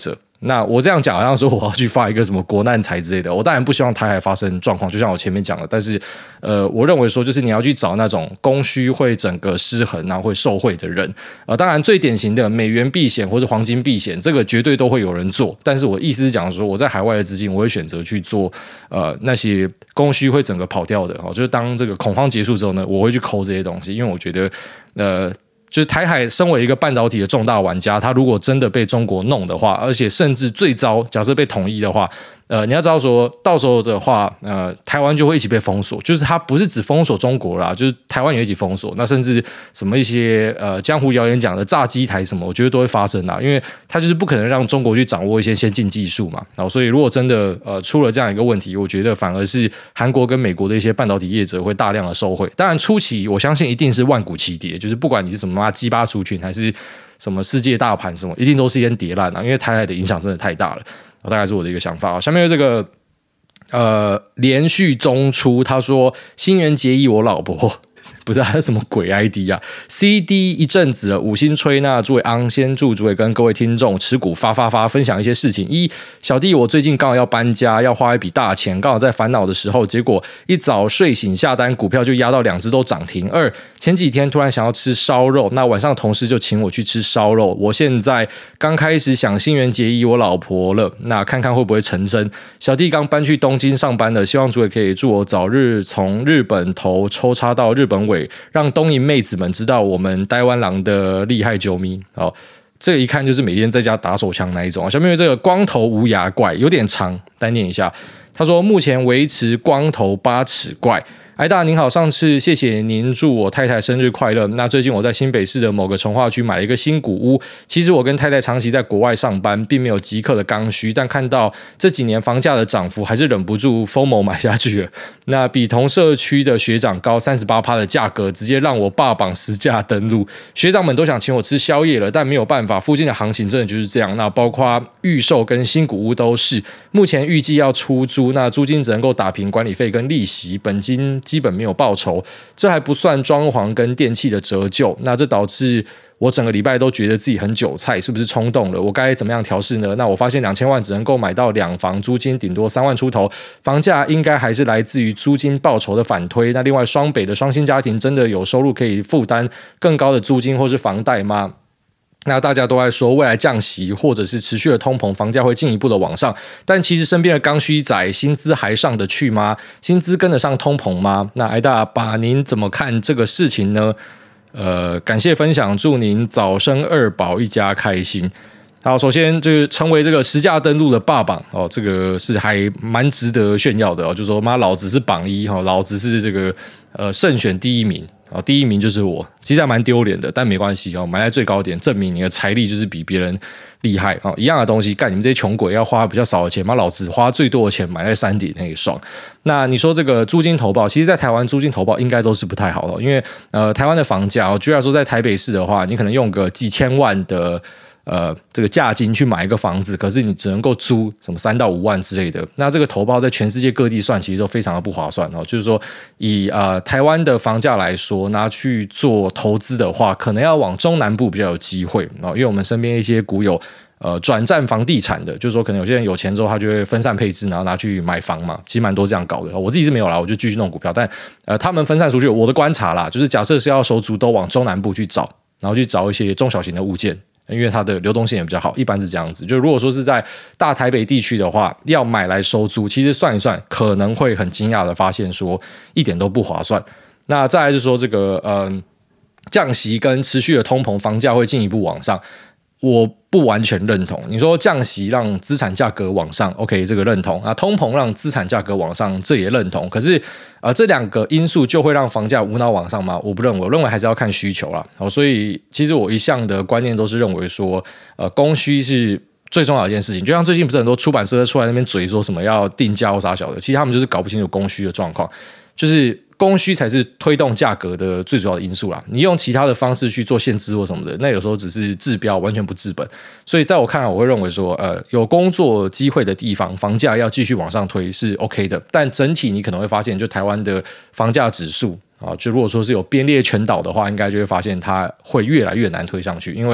那我这样讲好像说我要去发一个什么国难财之类的，我当然不希望台海发生状况，就像我前面讲的，但是呃，我认为说就是你要去找那种供需会整个失衡然后会受惠的人，呃，当然最典型的美元避险或者黄金避险，这个绝对都会有人做，但是我意思是讲说我在海外的资金我会选择去做呃那些供需会整个跑掉的，哦，就是当这个恐慌结束之后呢，我会去抠这些东西，因为我觉得呃。就是台海身为一个半导体的重大玩家，他如果真的被中国弄的话，而且甚至最糟假设被统一的话，呃，你要知道说到时候的话，呃，台湾就会一起被封锁，就是它不是只封锁中国啦，就是台湾也一起封锁，那甚至什么一些呃江湖谣言讲的炸机台什么，我觉得都会发生啦，因为它就是不可能让中国去掌握一些先进技术嘛，然后所以如果真的呃出了这样一个问题，我觉得反而是韩国跟美国的一些半导体业者会大量的受惠，当然初期我相信一定是万股齐跌，就是不管你是什么鸡巴族群还是什么世界大盘什么，一定都是先跌烂啊，因为台海的影响真的太大了。大概是我的一个想法。下面有这个呃连续中出，他说新垣结衣我老婆。不是还是什么鬼 I D 啊 ？C D 一阵子了，五星吹。那诸位昂，先祝诸位跟各位听众持股发发发，分享一些事情。一，小弟我最近刚好要搬家，要花一笔大钱，刚好在烦恼的时候，结果一早睡醒下单，股票就压到两只都涨停。二，前几天突然想要吃烧肉，那晚上同事就请我去吃烧肉。我现在刚开始想新垣结衣我老婆了，那看看会不会成真。小弟刚搬去东京上班了，希望诸位可以祝我早日从日本头抽插到日本尾。让东瀛妹子们知道我们台湾狼的厉害啾咪。好，这个一看就是每天在家打手枪那一种。下面有这个光头无牙怪，有点长，单念一下。他说目前维持光头八尺怪。艾大您好，上次谢谢您祝我太太生日快乐。那最近我在新北市的某个重划区买了一个新古屋。其实我跟太太长期在国外上班，并没有即刻的刚需，但看到这几年房价的涨幅，还是忍不住 F O M O 买下去了。那比同社区的学长高 百分之三十八 的价格，直接让我霸榜实价登录。学长们都想请我吃宵夜了，但没有办法，附近的行情真的就是这样。那包括预售跟新古屋都是，目前预计要出租，那租金只能够打平管理费跟利息，本金基本没有报酬，这还不算装潢跟电器的折旧，那这导致我整个礼拜都觉得自己很韭菜，是不是冲动了？我该怎么样调试呢？那我发现两千万只能够买到两房，租金顶多三万出头，房价应该还是来自于租金报酬的反推。那另外双北的双薪家庭真的有收入可以负担更高的租金或是房贷吗？那大家都在说未来降息或者是持续的通膨，房价会进一步的往上，但其实身边的刚需仔薪资还上得去吗？薪资跟得上通膨吗？那艾大把您怎么看这个事情呢？呃，感谢分享，祝您早生二宝，一家开心。好，首先就是成为这个实价登录的霸榜哦，这个是还蛮值得炫耀的哦，就说妈老子是榜一哈，老子是这个呃胜选第一名。哦，第一名就是我，其实还蛮丢脸的，但没关系哦，买在最高点，证明你的财力就是比别人厉害哦。一样的东西，干你们这些穷鬼要花比较少的钱，妈老子花最多的钱买在山顶那个爽。那你说这个租金投报，其实在台湾租金投报应该都是不太好的，因为呃台湾的房价，哦，居然说在台北市的话，你可能用个几千万的。呃，这个价金去买一个房子，可是你只能够租什么三到五万之类的，那这个投报在全世界各地算，其实都非常的不划算哦。就是说，以呃台湾的房价来说，拿去做投资的话，可能要往中南部比较有机会哦，因为我们身边一些股友。呃，转战房地产的，就是说，可能有些人有钱之后，他就会分散配置，然后拿去买房嘛。其实蛮多这样搞的，我自己是没有啦，我就继续弄股票。但呃，他们分散出去，我的观察啦，就是假设是要收租，都往中南部去找，然后去找一些中小型的物件。因为它的流动性也比较好，一般是这样子。就如果说是在大台北地区的话，要买来收租，其实算一算，可能会很惊讶的发现说一点都不划算。那再来就是说这个呃降息跟持续的通膨，房价会进一步往上。我不完全认同，你说降息让资产价格往上 ，OK， 这个认同啊，通膨让资产价格往上，这也认同。可是，呃，这两个因素就会让房价无脑往上吗？我不认为，我认为还是要看需求啦。好，所以其实我一向的观念都是认为说，呃，供需是最重要的一件事情。就像最近不是很多出版社出来那边嘴说什么要定价或啥小的，其实他们就是搞不清楚供需的状况，就是。供需才是推动价格的最主要的因素啦。你用其他的方式去做限制或什么的，那有时候只是治标，完全不治本。所以在我看来，我会认为说，呃，有工作机会的地方，房价要继续往上推是 OK 的。但整体你可能会发现，就台湾的房价指数啊，就如果说是有编列全岛的话，应该就会发现它会越来越难推上去，因为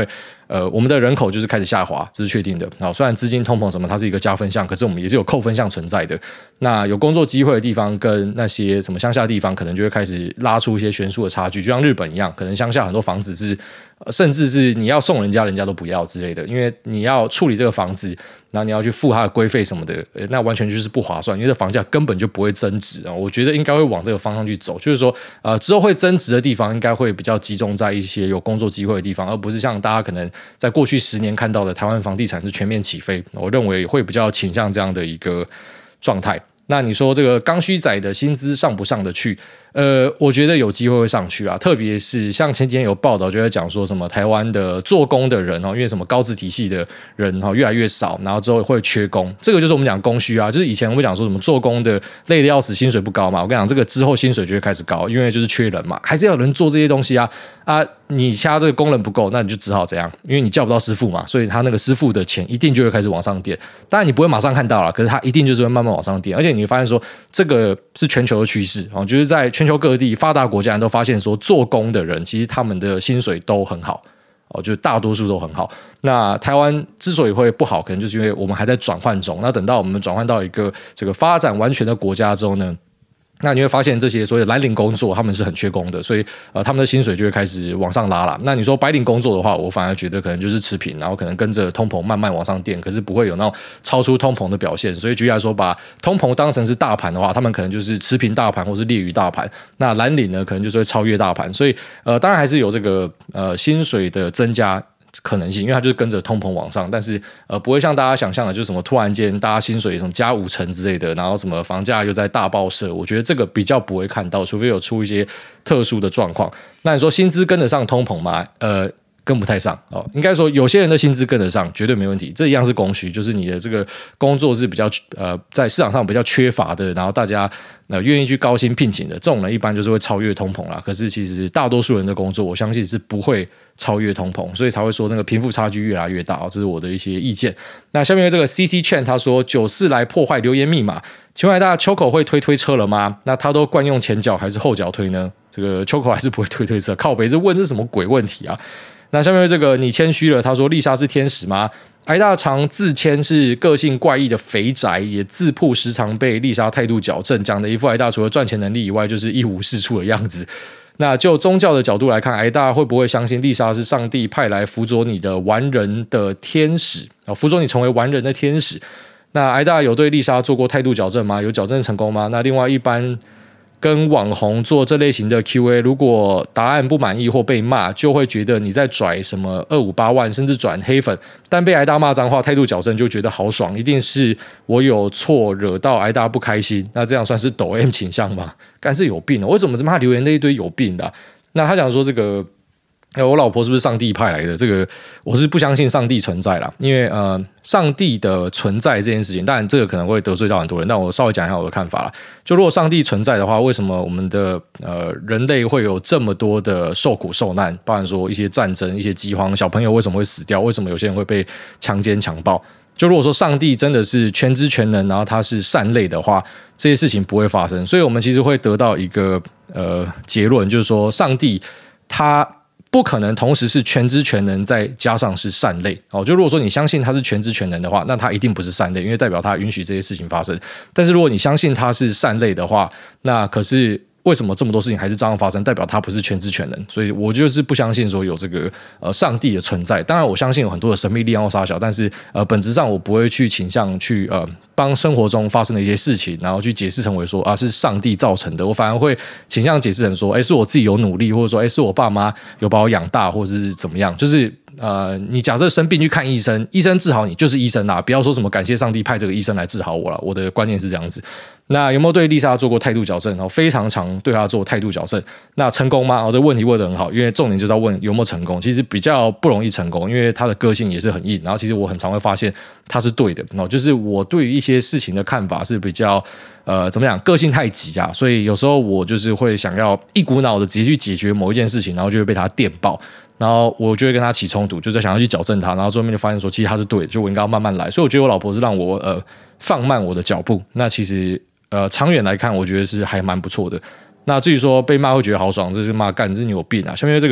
呃，我们的人口就是开始下滑，这是确定的。好，虽然资金通膨什么它是一个加分项，可是我们也是有扣分项存在的。那有工作机会的地方跟那些什么乡下地方，可能就会开始拉出一些悬殊的差距，就像日本一样，可能乡下很多房子是，呃、甚至是你要送人家，人家都不要之类的，因为你要处理这个房子，然后你要去付它的规费什么的，呃、那完全就是不划算，因为这房价根本就不会增值啊。我觉得应该会往这个方向去走，就是说，呃，之后会增值的地方应该会比较集中在一些有工作机会的地方，而不是像大家可能在过去十年看到的台湾房地产是全面起飞，我认为会比较倾向这样的一个状态。那你说这个刚需仔的薪资上不上得去？呃，我觉得有机会会上去啊，特别是像前几天有报道就在讲说什么台湾的做工的人哦，因为什么高职体系的人哦越来越少，然后之后会缺工，这个就是我们讲供需啊，就是以前我们讲说什么做工的累得要死，薪水不高嘛，我跟你讲这个之后薪水就会开始高，因为就是缺人嘛，还是要有人做这些东西啊啊，你掐这个工人不够，那你就只好怎样？因为你叫不到师傅嘛，所以他那个师傅的钱一定就会开始往上垫，当然你不会马上看到啦，可是他一定就是会慢慢往上垫，而且你会发现说这个是全球的趋势哦，就是在全球各地发达国家人都发现说，做工的人其实他们的薪水都很好哦，就大多数都很好。那台湾之所以会不好，可能就是因为我们还在转换中。那等到我们转换到一个这个发展完全的国家之后呢？那你会发现这些所谓的蓝领工作他们是很缺工的，所以呃他们的薪水就会开始往上拉了。那你说白领工作的话，我反而觉得可能就是持平，然后可能跟着通膨慢慢往上垫，可是不会有那种超出通膨的表现。所以举例来说，把通膨当成是大盘的话，他们可能就是持平大盘或是劣于大盘。那蓝领呢，可能就是会超越大盘。所以呃当然还是有这个呃薪水的增加可能性，因为它就是跟着通膨往上，但是呃不会像大家想象的，就是什么突然间大家薪水什么加五成之类的，然后什么房价又在大爆射，我觉得这个比较不会看到，除非有出一些特殊的状况。那你说薪资跟得上通膨吗？呃。跟不太上哦，应该说有些人的薪资跟得上，绝对没问题。这一样是供需，就是你的这个工作是比较呃在市场上比较缺乏的，然后大家呃愿意去高薪聘请的，这种人一般就是会超越通膨啦。可是其实大多数人的工作，我相信是不会超越通膨，所以才会说那个贫富差距越来越大哦，这是我的一些意见。那下面这个 C C Chen 他说九四来破坏留言密码，请问大家秋口会推推车了吗？那他都惯用前脚还是后脚推呢？这个秋口还是不会推推车，靠北这问这是什么鬼问题啊？那下面这个你谦虚了，他说丽莎是天使吗？挨大常自谦是个性怪异的肥宅，也自曝时常被丽莎态度矫正，讲的一副挨大除了赚钱能力以外就是一无是处的样子。那就宗教的角度来看，挨大会不会相信丽莎是上帝派来辅佐你的完人的天使啊？辅佐你成为完人的天使？那挨大有对丽莎做过态度矫正吗？有矫正成功吗？那另外一般跟网红做这类型的 Q A， 如果答案不满意或被骂，就会觉得你在拽什么二五八万，甚至转黑粉。但被挨大骂脏话，态度矫正就觉得好爽，一定是我有错惹到挨大不开心。那这样算是抖 M 倾向吗？干是有病、哦、为什么这么他留言那一堆有病的、啊？那他讲说这个。我老婆是不是上帝派来的？这个我是不相信上帝存在啦，因为呃，上帝的存在这件事情，当然这个可能会得罪到很多人，但我稍微讲一下我的看法啦。就如果上帝存在的话，为什么我们的呃人类会有这么多的受苦受难？包含说一些战争、一些饥荒，小朋友为什么会死掉？为什么有些人会被强奸强暴？就如果说上帝真的是全知全能，然后他是善类的话，这些事情不会发生。所以我们其实会得到一个呃结论，就是说上帝他不可能同时是全知全能再加上是善类哦。就如果说你相信他是全知全能的话，那他一定不是善类，因为代表他允许这些事情发生。但是如果你相信他是善类的话，那可是为什么这么多事情还是照样发生？代表他不是全知全能，所以我就是不相信说有这个呃上帝的存在。当然，我相信有很多的神秘力量或杀小，但是呃本质上我不会去倾向去呃帮生活中发生的一些事情，然后去解释成为说啊是上帝造成的。我反而会倾向解释成说，哎，是我自己有努力，或者说哎是我爸妈有把我养大，或者是怎么样，就是。呃，你假设生病去看医生，医生治好你就是医生啦，不要说什么感谢上帝派这个医生来治好我啦。我的观念是这样子。那有没有对丽莎做过态度矫正？哦，非常常对她做态度矫正。那成功吗？哦，这个问题问得很好，因为重点就是要问有没有成功。其实比较不容易成功，因为她的个性也是很硬。然后其实我很常会发现她是对的，哦，就是我对于一些事情的看法是比较呃怎么讲，个性太急啊，所以有时候我就是会想要一股脑的直接去解决某一件事情，然后就会被她电爆。然后我就会跟他起冲突，就是想要去矫正他，然后最后面就发现说，其实他是对的，就我应该要慢慢来。所以我觉得我老婆是让我呃放慢我的脚步。那其实呃长远来看，我觉得是还蛮不错的。那至于说被骂会觉得好爽，这是骂干，这你有病啊！下面这个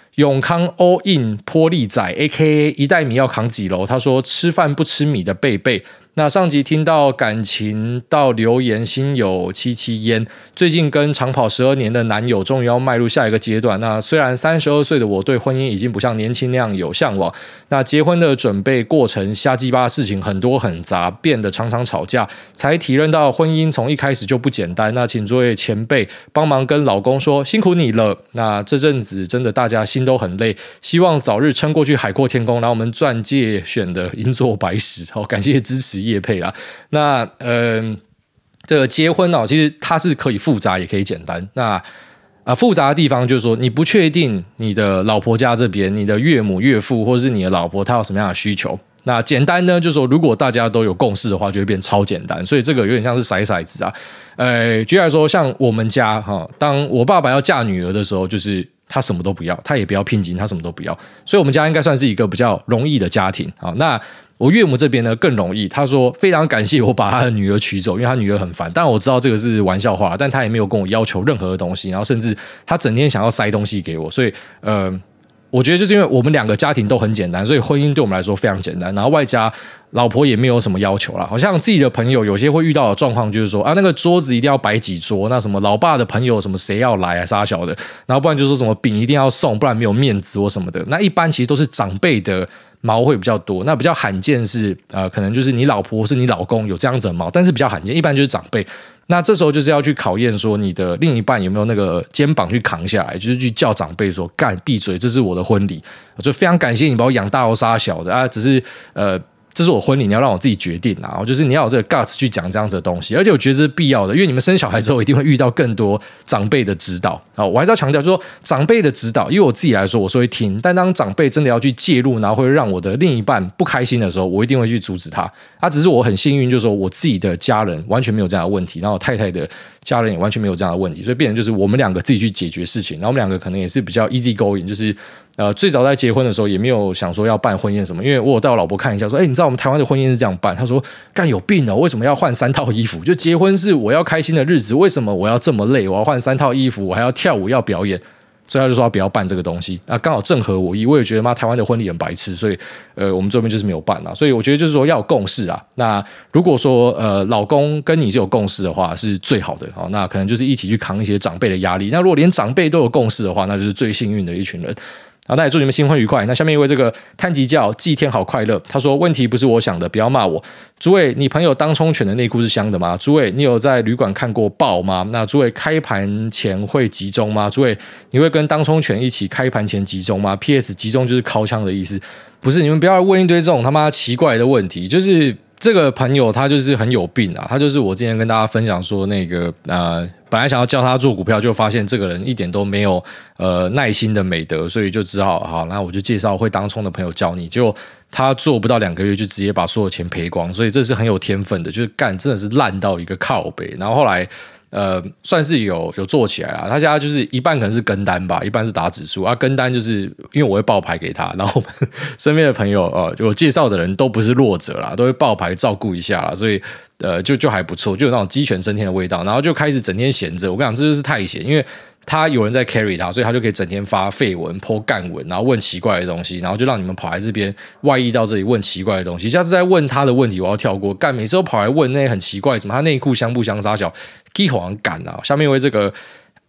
永康 all in 波利仔 A K A 一袋米要扛几楼，他说吃饭不吃米的贝贝。那上集听到感情到留言心有戚戚焉，最近跟长跑十二年的男友终于要迈入下一个阶段。那虽然三十二岁的我对婚姻已经不像年轻那样有向往，那结婚的准备过程瞎鸡巴事情很多很杂，变得常常吵架，才体认到婚姻从一开始就不简单。那请作为前辈帮忙跟老公说辛苦你了。那这阵子真的大家心都很累，希望早日撑过去海阔天空。然后我们钻戒选的银座白石，好感谢支持业配啦。那呃，这个结婚哦，其实它是可以复杂也可以简单。那啊，复杂的地方就是说，你不确定你的老婆家这边，你的岳母岳父或者是你的老婆她有什么样的需求。那简单呢，就是说如果大家都有共识的话，就会变超简单。所以这个有点像是骰骰子啊。呃，举例来说，像我们家哈、哦，当我爸爸要嫁女儿的时候，就是他什么都不要，他也不要聘金，他什么都不要。所以我们家应该算是一个比较容易的家庭啊。那我岳母这边呢更容易，他说非常感谢我把他的女儿娶走，因为他女儿很烦。但我知道这个是玩笑话，但他也没有跟我要求任何的东西，然后甚至他整天想要塞东西给我，所以呃。我觉得就是因为我们两个家庭都很简单，所以婚姻对我们来说非常简单。然后外加老婆也没有什么要求啦，好像自己的朋友有些会遇到的状况就是说啊，那个桌子一定要摆几桌，那什么老爸的朋友什么谁要来啊，杀小的，然后不然就说什么饼一定要送，不然没有面子或什么的。那一般其实都是长辈的毛会比较多，那比较罕见是呃，可能就是你老婆或是你老公有这样子的毛，但是比较罕见，一般就是长辈。那这时候就是要去考验说你的另一半有没有那个肩膀去扛下来，就是去叫长辈说干闭嘴，这是我的婚礼，我就非常感谢你把我养大到杀小的啊，只是呃。这是我婚礼，你要让我自己决定啊！就是你要有这个 guts 去讲这样子的东西，而且我觉得这是必要的，因为你们生小孩之后一定会遇到更多长辈的指导。好，我还是要强调，就是说长辈的指导，因为我自己来说，我是会听，但当长辈真的要去介入，然后会让我的另一半不开心的时候，我一定会去阻止他。啊，只是我很幸运，就是说我自己的家人完全没有这样的问题，然后我太太的家人也完全没有这样的问题，所以变成就是我们两个自己去解决事情，然后我们两个可能也是比较 easy going， 就是。呃，最早在结婚的时候也没有想说要办婚宴什么，因为我有带我老婆看一下，说，哎，你知道我们台湾的婚宴是这样办？她说，干有病哦，为什么要换三套衣服？就结婚是我要开心的日子，为什么我要这么累？我要换三套衣服，我还要跳舞，要表演，所以他就说他不要办这个东西啊，刚好正合我意。我也觉得妈台湾的婚礼很白痴，所以呃，我们这边就是没有办啦。所以我觉得就是说要有共识啊。那如果说呃老公跟你是有共识的话，是最好的啊。那可能就是一起去扛一些长辈的压力。那如果连长辈都有共识的话，那就是最幸运的一群人。好，那也祝你们新婚愉快。那下面一位这个探吉教祭天好快乐，他说问题不是我想的，不要骂我。诸位，你朋友当冲犬的内裤是香的吗？诸位，你有在旅馆看过豹吗？那诸位开盘前会集中吗？诸位，你会跟当冲犬一起开盘前集中吗 ？P S 集中就是尻枪的意思，不是你们不要问一堆这种他妈奇怪的问题，就是。这个朋友他就是很有病啊，他就是我之前跟大家分享说那个呃，本来想要教他做股票，就发现这个人一点都没有呃耐心的美德，所以就只好好，那我就介绍会当冲的朋友教你，结果他做不到两个月就直接把所有钱赔光，所以这是很有天分的，就是干真的是烂到一个靠北，然后后来。呃，算是有有做起来啦。他家就是一半可能是跟单吧，一半是打指数啊。跟单就是因为我会报牌给他，然后我们身边的朋友呃，有介绍的人都不是弱者啦，都会报牌照顾一下啦，所以呃就就还不错，就有那种鸡犬升天的味道。然后就开始整天闲着，我跟你讲，这就是太闲，因为他有人在 carry 他，所以他就可以整天发废文、po 干文，然后问奇怪的东西，然后就让你们跑来这边外溢到这里问奇怪的东西。下次再问他的问题，我要跳过。干，每次都跑来问那些很奇怪，什么他内裤香不香？啥小，基好像干啊。下面一位这个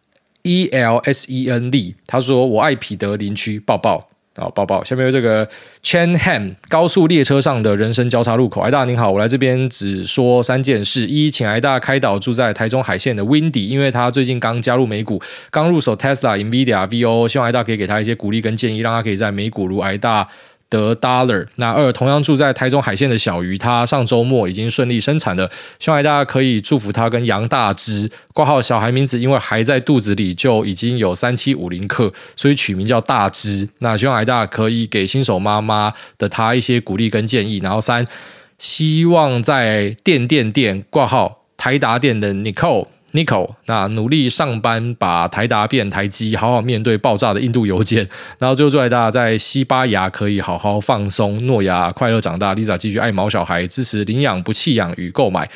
E L S E N Lee， 他说我爱彼得林区抱抱。好，抱抱。下面有这个 Chen Ham 高速列车上的人生交叉路口。艾大您好，我来这边只说三件事：一，请艾大开导住在台中海线的 Windy， 因为他最近刚加入美股，刚入手 Tesla、Nvidia、V O O， 希望艾大可以给他一些鼓励跟建议，让他可以在美股如艾大得 dollar。 那二，同样住在台中海线的小鱼，他上周末已经顺利生产了，希望大家可以祝福他跟杨大之挂号小孩名字，因为还在肚子里就已经有三七五零克，所以取名叫大之。那希望大家可以给新手妈妈的他一些鼓励跟建议。然后三，希望在电电电挂号台达电的 Nicole。Nico， 那努力上班，把台达变台积，好好面对爆炸的印度邮件。然后最后祝大家在西班牙可以好好放松，诺亚快乐长大 ，Lisa 继续爱毛小孩，支持领养不弃养与购买。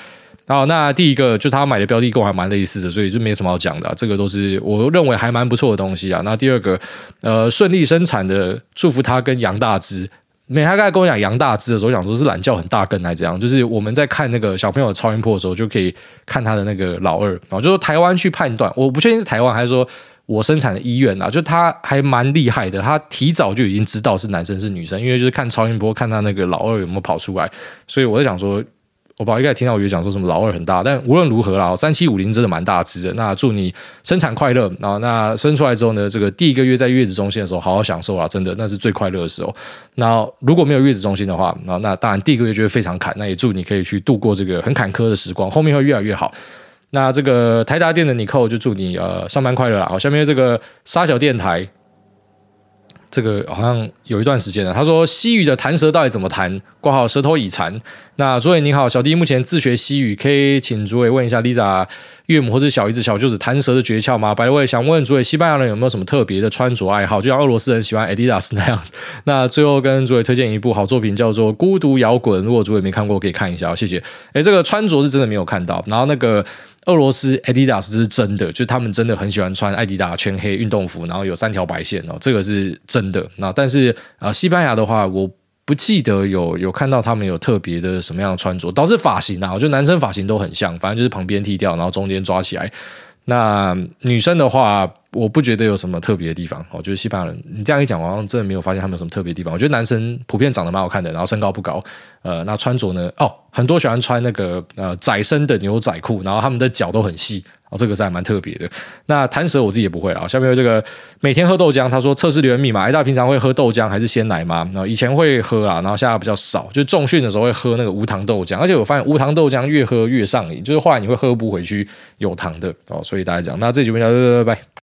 好，那第一个就他买的标的跟我还蛮类似的，所以就没什么好讲的、啊，这个都是我认为还蛮不错的东西啊。那第二个，呃，顺利生产的，祝福他跟杨大只。没，他刚才跟我讲杨大只的时候，我想说是懒觉很大根还是怎样？就是我们在看那个小朋友的超音波的时候，就可以看他的那个老二，然后就说台湾去判断，我不确定是台湾还是说我生产的医院啊，就他还蛮厉害的，他提早就已经知道是男生是女生，因为就是看超音波看他那个老二有没有跑出来，所以我在想说。我爸一开始听到我就讲说什么老二很大，但无论如何啦，三七五零真的蛮大只的。那祝你生产快乐啊！那生出来之后呢，这个第一个月在月子中心的时候好好享受啦，真的那是最快乐的时候。那如果没有月子中心的话，那那当然第一个月就会非常坎，那也祝你可以去度过这个很坎坷的时光，后面会越来越好。那这个台达电的尼寇就祝你呃上班快乐啦！好，下面这个沙小电台。这个好像有一段时间了。他说西语的弹舌到底怎么弹？挂号舌头已残。那主委你好，小弟目前自学西语，可以请主委问一下 Lisa 岳母或者小姨子、小舅子弹舌的诀窍吗？白位想问主委，西班牙人有没有什么特别的穿着爱好？就像俄罗斯人喜欢 Adidas 那样。那最后跟主委推荐一部好作品，叫做《孤独摇滚》，如果主委没看过，可以看一下，谢谢。哎，这个穿着是真的没有看到，然后那个。俄罗斯 Adidas 是真的，就是他们真的很喜欢穿艾迪达全黑运动服，然后有三条白线哦，这个是真的。那但是呃，西班牙的话，我不记得有有看到他们有特别的什么样的穿着，倒是发型啊，我觉得男生发型都很像，反正就是旁边剃掉，然后中间抓起来。那女生的话，我不觉得有什么特别的地方。我觉得西班牙人，你这样一讲，我好像真的没有发现他们有什么特别的地方。我觉得男生普遍长得蛮好看的，然后身高不高。呃，那穿着呢？哦，很多喜欢穿那个呃窄身的牛仔裤，然后他们的脚都很细。哦，这个是还蛮特别的。那弹舌我自己也不会啦。下面有这个每天喝豆浆，他说测试留言密码。哎，大家平常会喝豆浆还是鲜奶吗？然后以前会喝啦，然后现在比较少。就重训的时候会喝那个无糖豆浆，而且我发现无糖豆浆越喝越上瘾，就是后来你会喝不回去有糖的哦。所以大家讲，那这集就到这，拜拜。